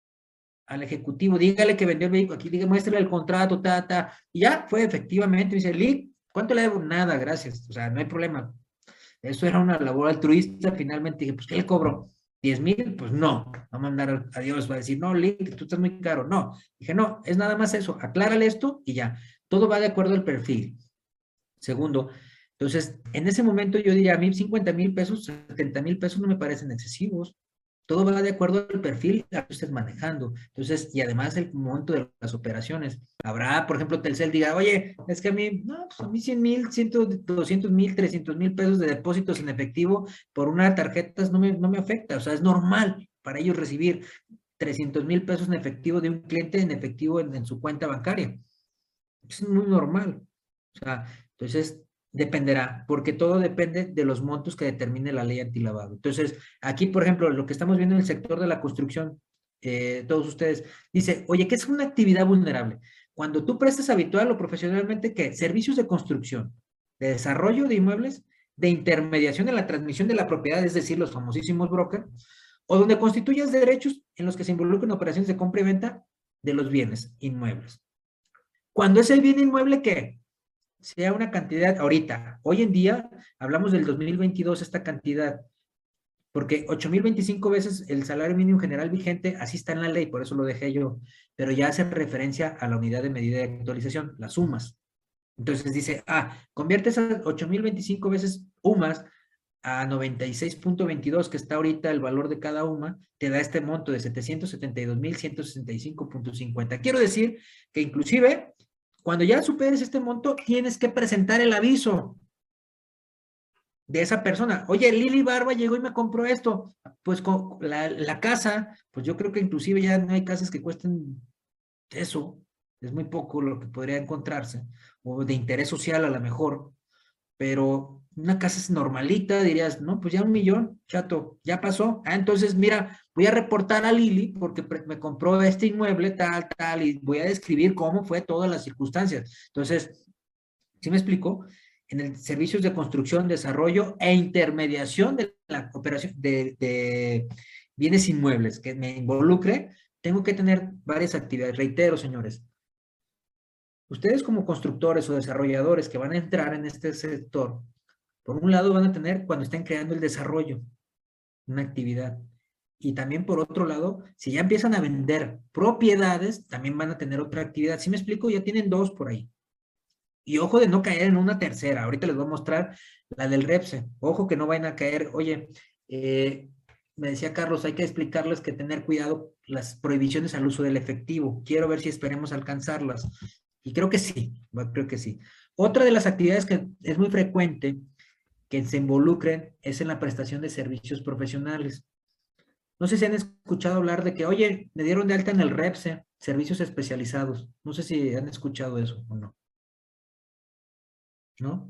al ejecutivo, dígale que vendió el vehículo, aquí diga, muéstrale el contrato, y ya fue efectivamente, me dice, Lick, ¿cuánto le debo? Nada, gracias, o sea, no hay problema. Eso era una labor altruista, finalmente dije, pues, ¿qué le cobro? 10,000, pues no, va a mandar a Dios, va a decir, no, Lick, tú estás muy caro, no. Dije, no, es nada más eso, aclárale esto y ya, todo va de acuerdo al perfil. Segundo, entonces, en ese momento yo diría, a mí 50,000 pesos, 70,000 pesos no me parecen excesivos. Todo va de acuerdo al perfil que estés manejando. Entonces, y además el monto de las operaciones. Habrá, por ejemplo, Telcel diga, oye, es que a mí, no, pues a mí 100,000, 100, 200,000, 300,000 pesos de depósitos en efectivo por una tarjeta no me afecta. O sea, es normal para ellos recibir 300,000 pesos en efectivo de un cliente en efectivo en su cuenta bancaria. Es muy normal. O sea, entonces dependerá, porque todo depende de los montos que determine la ley antilavado. Entonces, aquí, por ejemplo, lo que estamos viendo en el sector de la construcción, todos ustedes, dice, oye, ¿qué es una actividad vulnerable? Cuando tú prestas habitual o profesionalmente, ¿qué? Servicios de construcción, de desarrollo de inmuebles, de intermediación en la transmisión de la propiedad, es decir, los famosísimos brokers, o donde constituyas derechos en los que se involucran operaciones de compra y venta de los bienes inmuebles. Cuando es el bien inmueble, ¿qué? Sea una cantidad ahorita. Hoy en día, hablamos del 2022, esta cantidad, porque 8,025 veces el salario mínimo general vigente, así está en la ley, por eso lo dejé yo, pero ya hace referencia a la unidad de medida de actualización, las sumas. Entonces dice, convierte esas 8,025 veces UMAS a 96.22, que está ahorita el valor de cada UMA, te da este monto de 772,165.50. Quiero decir que inclusive, cuando ya superes este monto, tienes que presentar el aviso de esa persona. Oye, Lili Barba llegó y me compró esto. Pues con la casa, pues yo creo que inclusive ya no hay casas que cuesten eso. Es muy poco lo que podría encontrarse. O de interés social a lo mejor. Pero una casa es normalita, dirías, no, pues ya 1,000,000, chato, ya pasó. Entonces, mira, voy a reportar a Lili porque me compró este inmueble, tal, y voy a describir cómo fue todas las circunstancias. Entonces, ¿sí me explico? En el servicios de construcción, desarrollo e intermediación de la operación de bienes inmuebles que me involucre, tengo que tener varias actividades. Reitero, señores, ustedes como constructores o desarrolladores que van a entrar en este sector, por un lado van a tener cuando estén creando el desarrollo, una actividad. Y también por otro lado, si ya empiezan a vender propiedades, también van a tener otra actividad. ¿Sí me explico? Ya tienen dos por ahí. Y ojo de no caer en una tercera. Ahorita les voy a mostrar la del REPSE. Ojo que no vayan a caer. Oye, me decía Carlos, hay que explicarles que tener cuidado las prohibiciones al uso del efectivo. Quiero ver si esperemos alcanzarlas. Y creo que sí, creo que sí. Otra de las actividades que es muy frecuente que se involucren es en la prestación de servicios profesionales. No sé si han escuchado hablar de que, oye, me dieron de alta en el REPSE, servicios especializados. No sé si han escuchado eso o no. ¿No?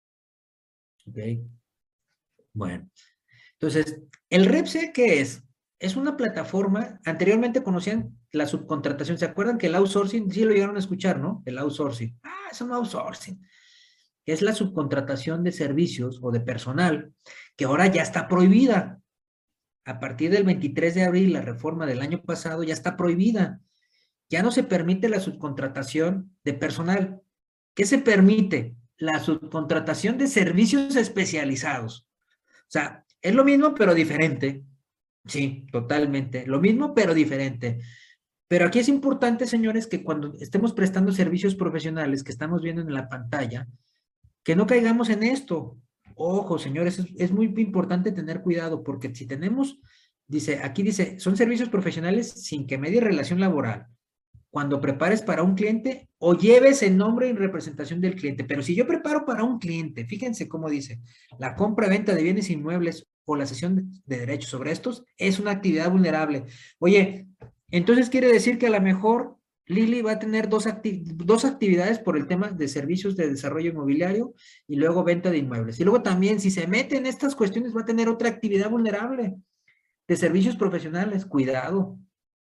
Ok. Bueno. Entonces, ¿el REPSE qué es? Es una plataforma, anteriormente conocían la subcontratación. ¿Se acuerdan que el outsourcing, sí lo llegaron a escuchar, ¿no? El outsourcing. Ah, es un outsourcing. Es la subcontratación de servicios o de personal que ahora ya está prohibida. A partir del 23 de abril, la reforma del año pasado ya está prohibida. Ya no se permite la subcontratación de personal. ¿Qué se permite? La subcontratación de servicios especializados. O sea, es lo mismo pero diferente. Sí, totalmente. Lo mismo pero diferente. Pero aquí es importante, señores, que cuando estemos prestando servicios profesionales que estamos viendo en la pantalla, que no caigamos en esto. Ojo, señores, es muy importante tener cuidado porque si tenemos, aquí dice, son servicios profesionales sin que medie relación laboral. Cuando prepares para un cliente o lleves el nombre y representación del cliente. Pero si yo preparo para un cliente, fíjense cómo dice, la compra-venta de bienes inmuebles o la cesión de derechos sobre estos es una actividad vulnerable. Oye, entonces quiere decir que a lo mejor Lili va a tener dos actividades por el tema de servicios de desarrollo inmobiliario y luego venta de inmuebles. Y luego también, si se mete en estas cuestiones, va a tener otra actividad vulnerable de servicios profesionales. Cuidado.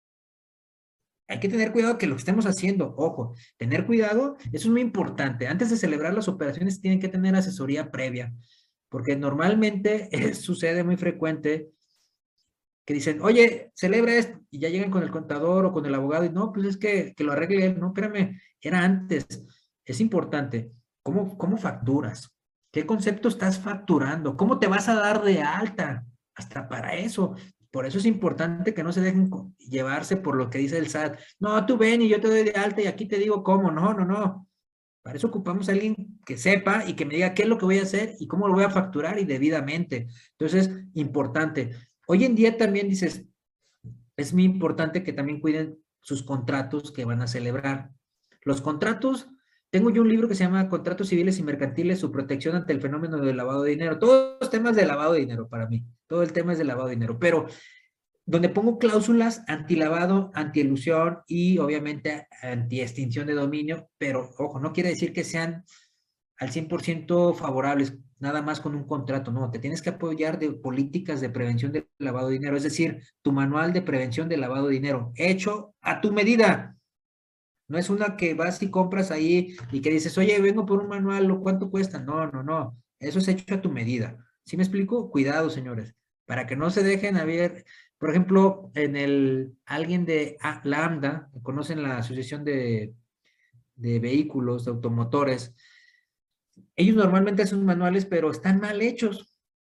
Hay que tener cuidado que lo que estemos haciendo, ojo, tener cuidado, eso es muy importante. Antes de celebrar las operaciones tienen que tener asesoría previa, porque normalmente sucede muy frecuente que dicen, oye, celebra esto, y ya llegan con el contador o con el abogado, y no, pues es que lo arregle él, no, espérame, era antes. Es importante, ¿cómo facturas? ¿Qué concepto estás facturando? ¿Cómo te vas a dar de alta? Hasta para eso. Por eso es importante que no se dejen llevarse por lo que dice el SAT. No, tú ven y yo te doy de alta y aquí te digo cómo. No, no, no. Para eso ocupamos a alguien que sepa y que me diga qué es lo que voy a hacer y cómo lo voy a facturar y debidamente. Entonces, importante. Hoy en día también dices, es muy importante que también cuiden sus contratos que van a celebrar. Los contratos, tengo yo un libro que se llama Contratos Civiles y Mercantiles, su protección ante el fenómeno del lavado de dinero. Todos los temas de lavado de dinero para mí. Todo el tema es de lavado de dinero. Pero donde pongo cláusulas antilavado, antielusión y obviamente antiextinción de dominio, pero ojo, no quiere decir que sean al 100% favorables, nada más con un contrato, no, te tienes que apoyar de políticas de prevención del lavado de dinero, es decir, tu manual de prevención del lavado de dinero, hecho a tu medida. No es una que vas y compras ahí y que dices, oye, vengo por un manual, ¿cuánto cuesta? No, no, no, eso es hecho a tu medida. ¿Sí me explico? Cuidado, señores, para que no se dejen a ver, por ejemplo, alguien de Lambda, conocen la Asociación de Vehículos, de Automotores, ellos normalmente hacen manuales, pero están mal hechos.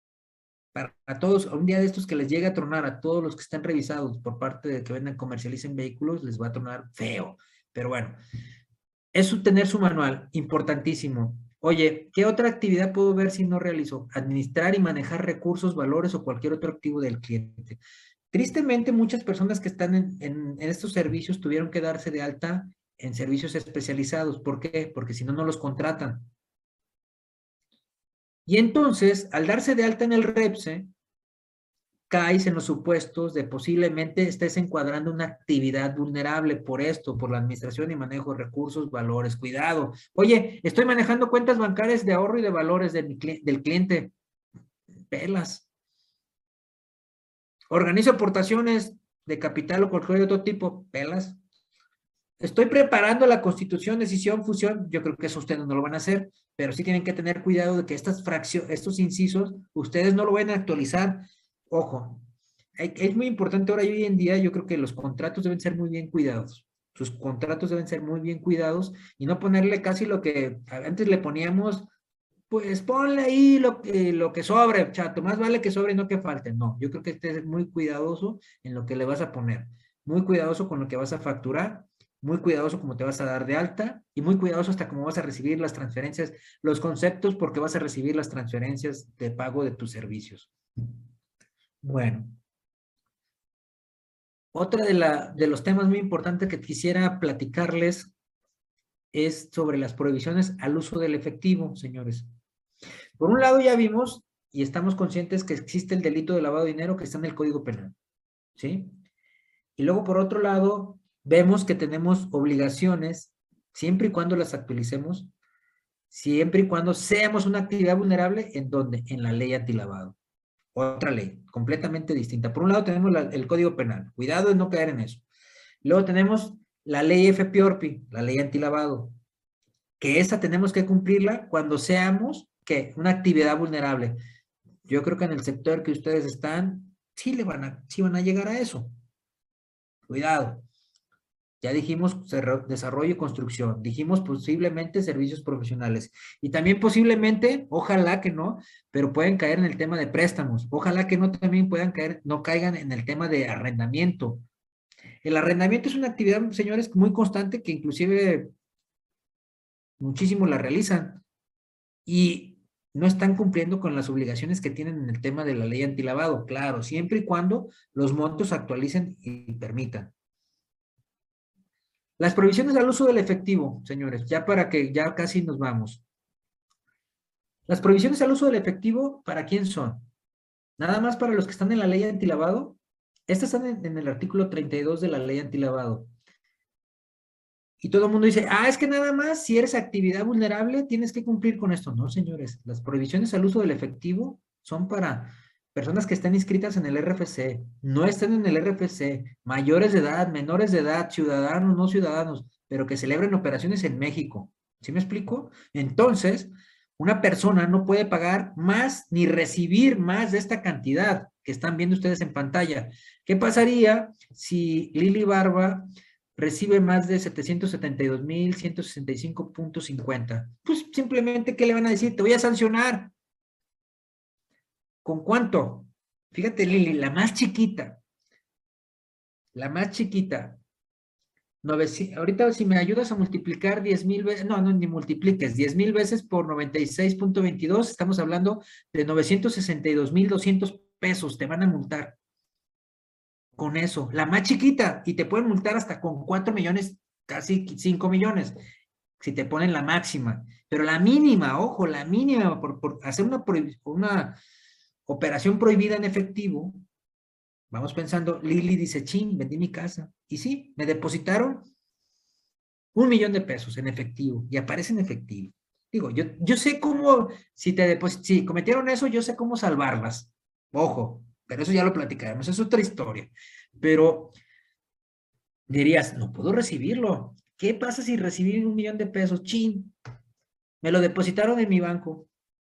Para todos, un día de estos que les llegue a tronar a todos los que están revisados por parte de que vendan, comercialicen vehículos, les va a tronar feo. Pero bueno, es tener su manual, importantísimo. Oye, ¿qué otra actividad puedo ver si no realizo? Administrar y manejar recursos, valores o cualquier otro activo del cliente. Tristemente, muchas personas que están en estos servicios tuvieron que darse de alta en servicios especializados. ¿Por qué? Porque si no, no los contratan. Y entonces, al darse de alta en el REPSE, caes en los supuestos de posiblemente estés encuadrando una actividad vulnerable por esto, por la administración y manejo de recursos, valores. Cuidado. Oye, estoy manejando cuentas bancarias de ahorro y de valores del cliente. Pelas. Organizo aportaciones de capital o cualquier otro tipo. Pelas. Estoy preparando la constitución, decisión, fusión. Yo creo que eso ustedes no lo van a hacer, pero sí tienen que tener cuidado de que estos incisos, ustedes no lo vayan a actualizar. Ojo, es muy importante ahora y hoy en día, yo creo que los contratos deben ser muy bien cuidados. Sus contratos deben ser muy bien cuidados y no ponerle casi lo que antes le poníamos, pues ponle ahí lo que sobre, chato, más vale que sobre y no que falte. No, yo creo que estés muy cuidadoso en lo que le vas a poner, muy cuidadoso con lo que vas a facturar, muy cuidadoso cómo te vas a dar de alta y muy cuidadoso hasta cómo vas a recibir las transferencias, los conceptos porque vas a recibir las transferencias de pago de tus servicios. Bueno. Otra de los temas muy importantes que quisiera platicarles es sobre las prohibiciones al uso del efectivo, señores. Por un lado ya vimos y estamos conscientes que existe el delito de lavado de dinero que está en el Código Penal, ¿sí? Y luego por otro lado vemos que tenemos obligaciones, siempre y cuando las actualicemos, siempre y cuando seamos una actividad vulnerable, ¿en dónde? En la ley antilavado. Otra ley, completamente distinta. Por un lado tenemos el Código Penal, cuidado de no caer en eso. Luego tenemos la ley FPORPI, la ley antilavado, que esa tenemos que cumplirla cuando seamos, ¿qué? Una actividad vulnerable. Yo creo que en el sector que ustedes están, sí van a llegar a eso. Cuidado. Ya dijimos desarrollo y construcción, dijimos posiblemente servicios profesionales y también posiblemente, ojalá que no, pero pueden caer en el tema de préstamos, ojalá que no también puedan caer, no caigan en el tema de arrendamiento. El arrendamiento es una actividad, señores, muy constante que inclusive muchísimos la realizan y no están cumpliendo con las obligaciones que tienen en el tema de la ley antilavado, claro, siempre y cuando los montos actualicen y permitan. Las prohibiciones al uso del efectivo, señores, ya para que ya casi nos vamos. Las prohibiciones al uso del efectivo, ¿para quién son? Nada más para los que están en la ley antilavado. Estas están en el artículo 32 de la ley antilavado. Y todo el mundo dice, es que nada más si eres actividad vulnerable tienes que cumplir con esto. No, señores, las prohibiciones al uso del efectivo son para personas que están inscritas en el RFC, no están en el RFC, mayores de edad, menores de edad, ciudadanos, no ciudadanos, pero que celebren operaciones en México. ¿Sí me explico? Entonces, una persona no puede pagar más ni recibir más de esta cantidad que están viendo ustedes en pantalla. ¿Qué pasaría si Lili Barba recibe más de 772,165.50? Pues simplemente, ¿qué le van a decir? Te voy a sancionar. ¿Con cuánto? Fíjate, Lili, la más chiquita, ahorita si me ayudas a multiplicar 10,000 veces, no, ni multipliques, 10,000 veces por 96.22, estamos hablando de 962,200 pesos, te van a multar con eso, la más chiquita, y te pueden multar hasta con 4 millones, casi 5 millones, si te ponen la máxima, pero la mínima, ojo, la mínima, por hacer una operación prohibida en efectivo, vamos pensando, Lili dice, chin, vendí mi casa. Y sí, me depositaron 1,000,000 de pesos en efectivo y aparece en efectivo. Digo, yo sé cómo, si cometieron eso, yo sé cómo salvarlas. Ojo, pero eso ya lo platicaremos, es otra historia. Pero dirías, no puedo recibirlo. ¿Qué pasa si recibí 1,000,000 de pesos? Chin, me lo depositaron en mi banco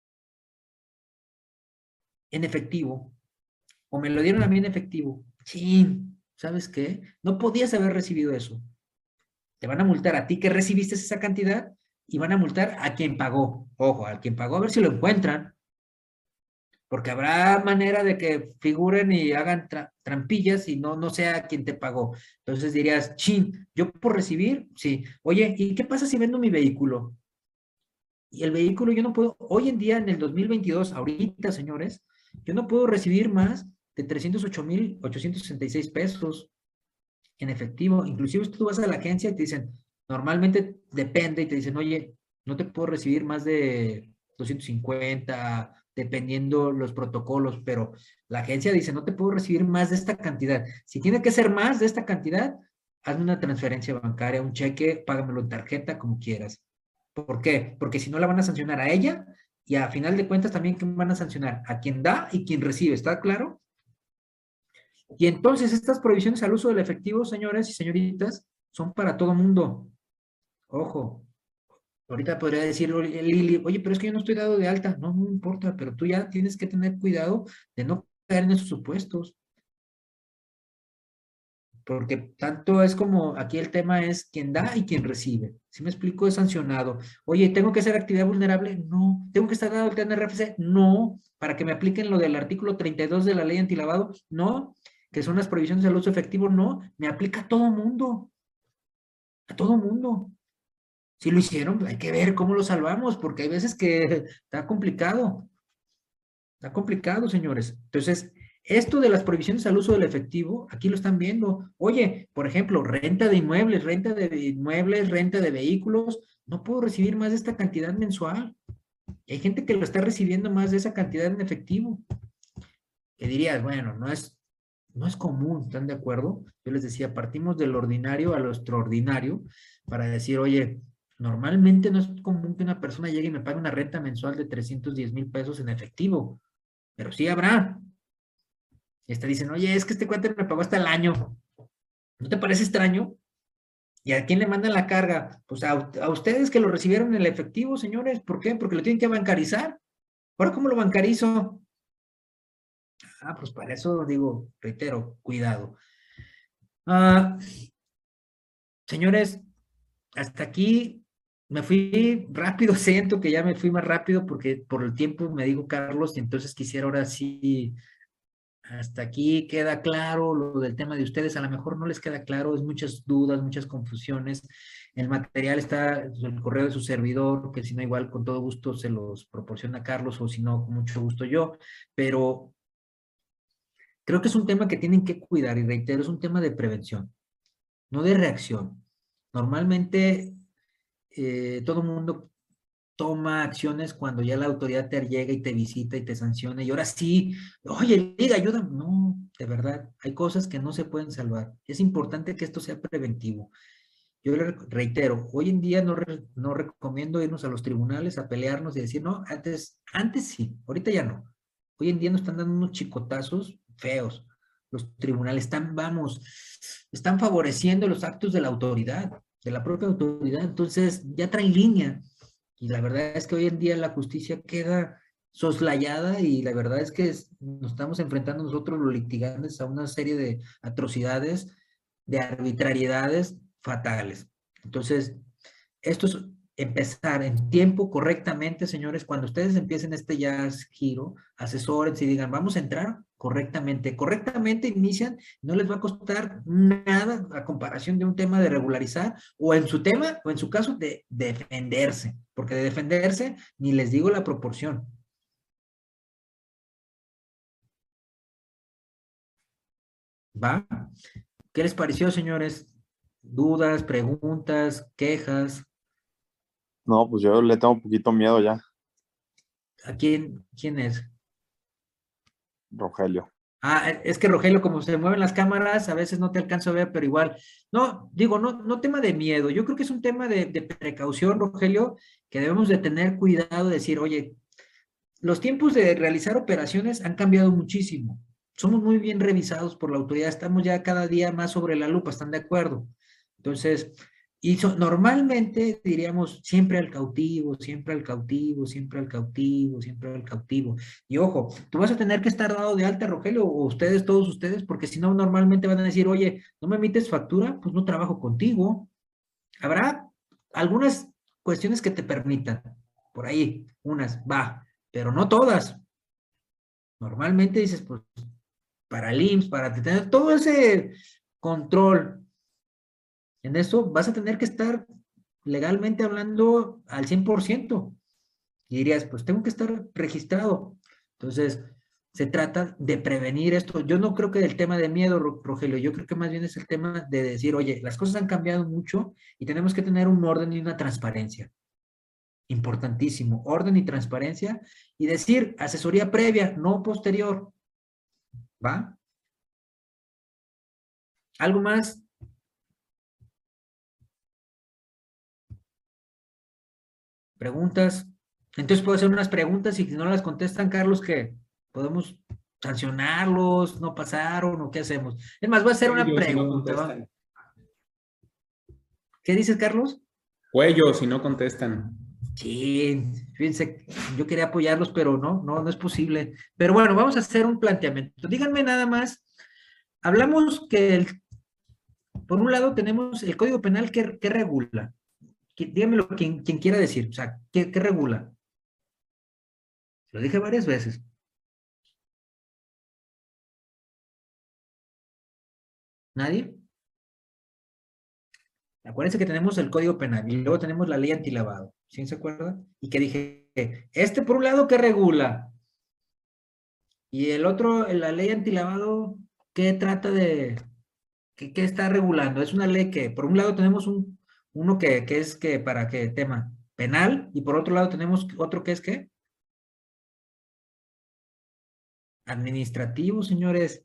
en efectivo, o me lo dieron a mí en efectivo. Chin, ¿sabes qué? No podías haber recibido eso. Te van a multar a ti que recibiste esa cantidad y van a multar a quien pagó. Ojo, a quien pagó, a ver si lo encuentran. Porque habrá manera de que figuren y hagan trampillas y no sea quien te pagó. Entonces dirías, chin, yo por recibir, sí. Oye, ¿y qué pasa si vendo mi vehículo? Y el vehículo yo no puedo, hoy en día en el 2022, ahorita, señores, yo no puedo recibir más de 308,866 pesos en efectivo. Inclusive tú vas a la agencia y te dicen, normalmente depende, y te dicen, oye, no te puedo recibir más de 250, dependiendo los protocolos, pero la agencia dice, no te puedo recibir más de esta cantidad. Si tiene que ser más de esta cantidad, hazme una transferencia bancaria, un cheque, págamelo en tarjeta, como quieras. ¿Por qué? Porque si no la van a sancionar a ella y a final de cuentas también van a sancionar a quien da y quien recibe, ¿está claro? Y entonces estas prohibiciones al uso del efectivo, señores y señoritas, son para todo mundo. Ojo, ahorita podría decir Lili, oye, pero es que yo no estoy dado de alta. No, no importa, pero tú ya tienes que tener cuidado de no caer en esos supuestos. Porque tanto es como aquí el tema es quien da y quien recibe. ¿Sí me explico? Es sancionado. Oye, ¿tengo que hacer actividad vulnerable? No. ¿Tengo que estar dado el RFC? No. ¿Para que me apliquen lo del artículo 32 de la ley antilavado? No. ¿Que son las prohibiciones del uso efectivo? No. Me aplica a todo mundo. A todo mundo. Si lo hicieron, hay que ver cómo lo salvamos, porque hay veces que está complicado. Está complicado, señores. Entonces, Esto de las prohibiciones al uso del efectivo, aquí lo están viendo. Oye, por ejemplo, renta de inmuebles, renta de vehículos, no puedo recibir más de esta cantidad mensual. Y hay gente que lo está recibiendo más de esa cantidad en efectivo. Que dirías, bueno, no es común, ¿están de acuerdo? Yo les decía, partimos del ordinario a lo extraordinario para decir, oye, normalmente no es común que una persona llegue y me pague una renta mensual de 310,000 pesos en efectivo, pero sí habrá. Y hasta dicen, oye, es que este cuate me pagó hasta el año. ¿No te parece extraño? ¿Y a quién le mandan la carga? Pues a ustedes que lo recibieron en el efectivo, señores. ¿Por qué? Porque lo tienen que bancarizar. ¿Ahora cómo lo bancarizo? Ah, pues para eso digo, reitero, cuidado. Señores, hasta aquí me fui rápido, siento que ya me fui más rápido porque por el tiempo me dijo Carlos y entonces quisiera ahora sí, hasta aquí queda claro lo del tema de ustedes, a lo mejor no les queda claro, es muchas dudas, muchas confusiones. El material está en el correo de su servidor, que si no igual con todo gusto se los proporciona Carlos o si no con mucho gusto yo, pero creo que es un tema que tienen que cuidar y reitero, es un tema de prevención, no de reacción. Normalmente todo el mundo toma acciones cuando ya la autoridad te llega y te visita y te sanciona y ahora sí, oye, liga, ayuda. No, de verdad, hay cosas que no se pueden salvar. Es importante que esto sea preventivo. Yo le reitero, hoy en día no recomiendo irnos a los tribunales a pelearnos y decir, no, antes sí, ahorita ya no. Hoy en día nos están dando unos chicotazos feos. Los tribunales están favoreciendo los actos de la autoridad, de la propia autoridad. Entonces, ya traen línea. Y la verdad es que hoy en día la justicia queda soslayada y la verdad es que nos estamos enfrentando nosotros los litigantes a una serie de atrocidades, de arbitrariedades fatales. Entonces, esto es empezar en tiempo correctamente, señores. Cuando ustedes empiecen este ya giro, asesórense y digan, vamos a entrar correctamente. Correctamente inician, no les va a costar nada a comparación de un tema de regularizar o en su tema, o en su caso, de defenderse. Porque de defenderse, ni les digo la proporción. ¿Va? ¿Qué les pareció, señores? ¿Dudas, preguntas, quejas? No, pues yo le tengo un poquito miedo ya, ¿A quién es? Rogelio. Ah, es que Rogelio, como se mueven las cámaras, a veces no te alcanzo a ver, pero igual. No, digo, no tema de miedo. Yo creo que es un tema de precaución, Rogelio, que debemos de tener cuidado de decir, oye, los tiempos de realizar operaciones han cambiado muchísimo. Somos muy bien revisados por la autoridad, estamos ya cada día más sobre la lupa, ¿están de acuerdo? Entonces, normalmente diríamos siempre al cautivo, siempre al cautivo, siempre al cautivo, siempre al cautivo. Y ojo, tú vas a tener que estar dado de alta, Rogelio, o ustedes, todos ustedes, porque si no, normalmente van a decir, oye, no me emites factura, pues no trabajo contigo. Habrá algunas cuestiones que te permitan, por ahí, unas, va, pero no todas. Normalmente dices, pues, para el IMSS, para tener todo ese control en eso, vas a tener que estar legalmente hablando al 100%. Y dirías, pues tengo que estar registrado. Entonces, se trata de prevenir esto. Yo no creo que el tema de miedo, Rogelio, yo creo que más bien es el tema de decir, oye, las cosas han cambiado mucho y tenemos que tener un orden y una transparencia. Importantísimo, orden y transparencia y decir asesoría previa, no posterior. ¿Va? ¿Algo más? ¿Preguntas? Entonces puedo hacer unas preguntas y si no las contestan, Carlos, ¿qué? ¿Podemos sancionarlos? ¿No pasaron? ¿O qué hacemos? Es más, voy a hacer una Cuello, si no pregunta. contestan. ¿Qué dices, Carlos? Cuello, si no contestan. Sí, fíjense, yo quería apoyarlos, pero no es posible. Pero bueno, vamos a hacer un planteamiento. Díganme nada más. Hablamos que, por un lado, tenemos el Código Penal que regula. Díganmelo quien quiera decir. O sea, ¿qué regula? Lo dije varias veces. ¿Nadie? Acuérdense que tenemos el Código Penal y luego tenemos la ley antilavado. ¿Sí se acuerda? Y que dije, por un lado, ¿qué regula? Y el otro, la ley antilavado, ¿qué trata de, qué está regulando? Es una ley que, por un lado tenemos uno que es que, ¿para qué tema? Penal, y por otro lado tenemos otro que es ¿qué? Administrativo, señores.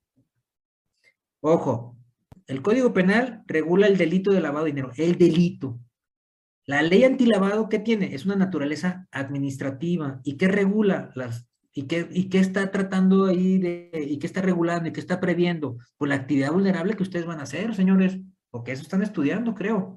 Ojo, el Código Penal regula el delito de lavado de dinero, el delito. La ley antilavado, ¿qué tiene? Es una naturaleza administrativa. ¿Y qué regula? ¿Y qué está tratando ahí y qué está regulando y qué está previendo? Pues la actividad vulnerable que ustedes van a hacer, señores, porque eso están estudiando, creo,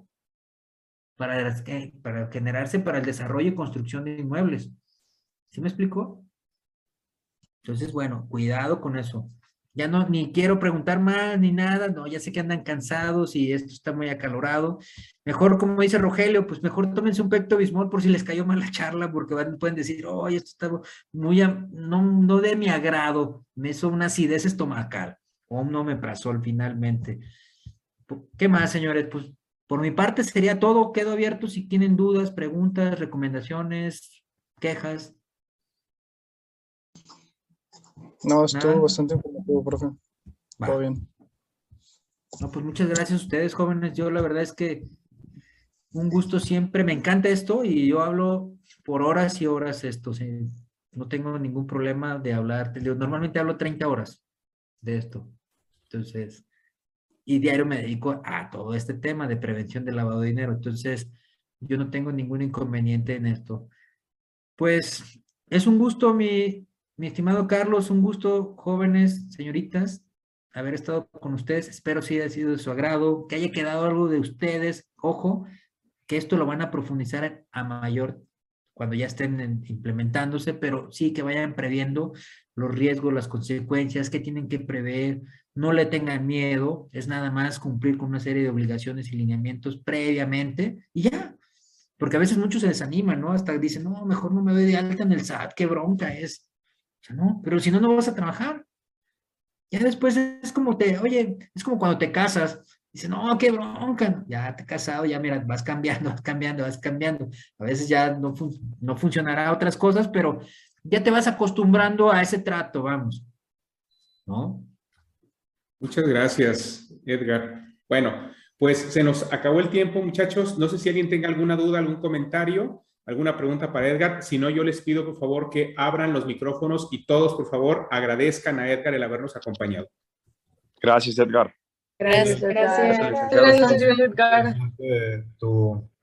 para generarse para el desarrollo y construcción de inmuebles. ¿Sí me explicó? Entonces, bueno, cuidado con eso. Ya no, ni quiero preguntar más ni nada, no, ya sé que andan cansados y esto está muy acalorado. Mejor, como dice Rogelio, pues mejor tómense un Pepto Bismol por si les cayó mal la charla, porque pueden decir, oh, esto está muy, no de mi agrado, me hizo una acidez estomacal, o no me pasó finalmente. ¿Qué más, señores? Pues por mi parte sería todo, quedo abierto si tienen dudas, preguntas, recomendaciones, quejas. No, estuvo Nada. bastante informativo, profe. Va. Todo bien. No, pues muchas gracias a ustedes, jóvenes. Yo la verdad es que un gusto siempre, me encanta esto y yo hablo por horas y horas esto. Sí. No tengo ningún problema de hablar. Normalmente hablo 30 horas de esto. Entonces, y diario me dedico a todo este tema de prevención del lavado de dinero. Entonces, yo no tengo ningún inconveniente en esto. Pues es un gusto, mi estimado Carlos, un gusto, jóvenes, señoritas, haber estado con ustedes. Espero sí haya sido de su agrado, que haya quedado algo de ustedes. Ojo, que esto lo van a profundizar a mayor cuando ya estén implementándose, pero sí que vayan previendo los riesgos, las consecuencias, que tienen que prever, no le tengan miedo, es nada más cumplir con una serie de obligaciones y lineamientos previamente y ya, porque a veces muchos se desaniman, ¿no? Hasta dicen, no, mejor no me doy de alta en el SAT, qué bronca es. O sea, no, pero si no, no vas a trabajar. Ya después es como oye, es como cuando te casas. Dice, no, qué bronca. Ya te has casado, ya mira, vas cambiando, vas cambiando, vas cambiando. A veces ya no funcionará otras cosas, pero ya te vas acostumbrando a ese trato, vamos. ¿No? Muchas gracias, Edgar. Bueno, pues se nos acabó el tiempo, muchachos. No sé si alguien tenga alguna duda, algún comentario, alguna pregunta para Edgar. Si no, yo les pido, por favor, que abran los micrófonos y todos, por favor, agradezcan a Edgar el habernos acompañado. Gracias, Edgar. Gracias. Gracias. Gracias, Edgar. Tu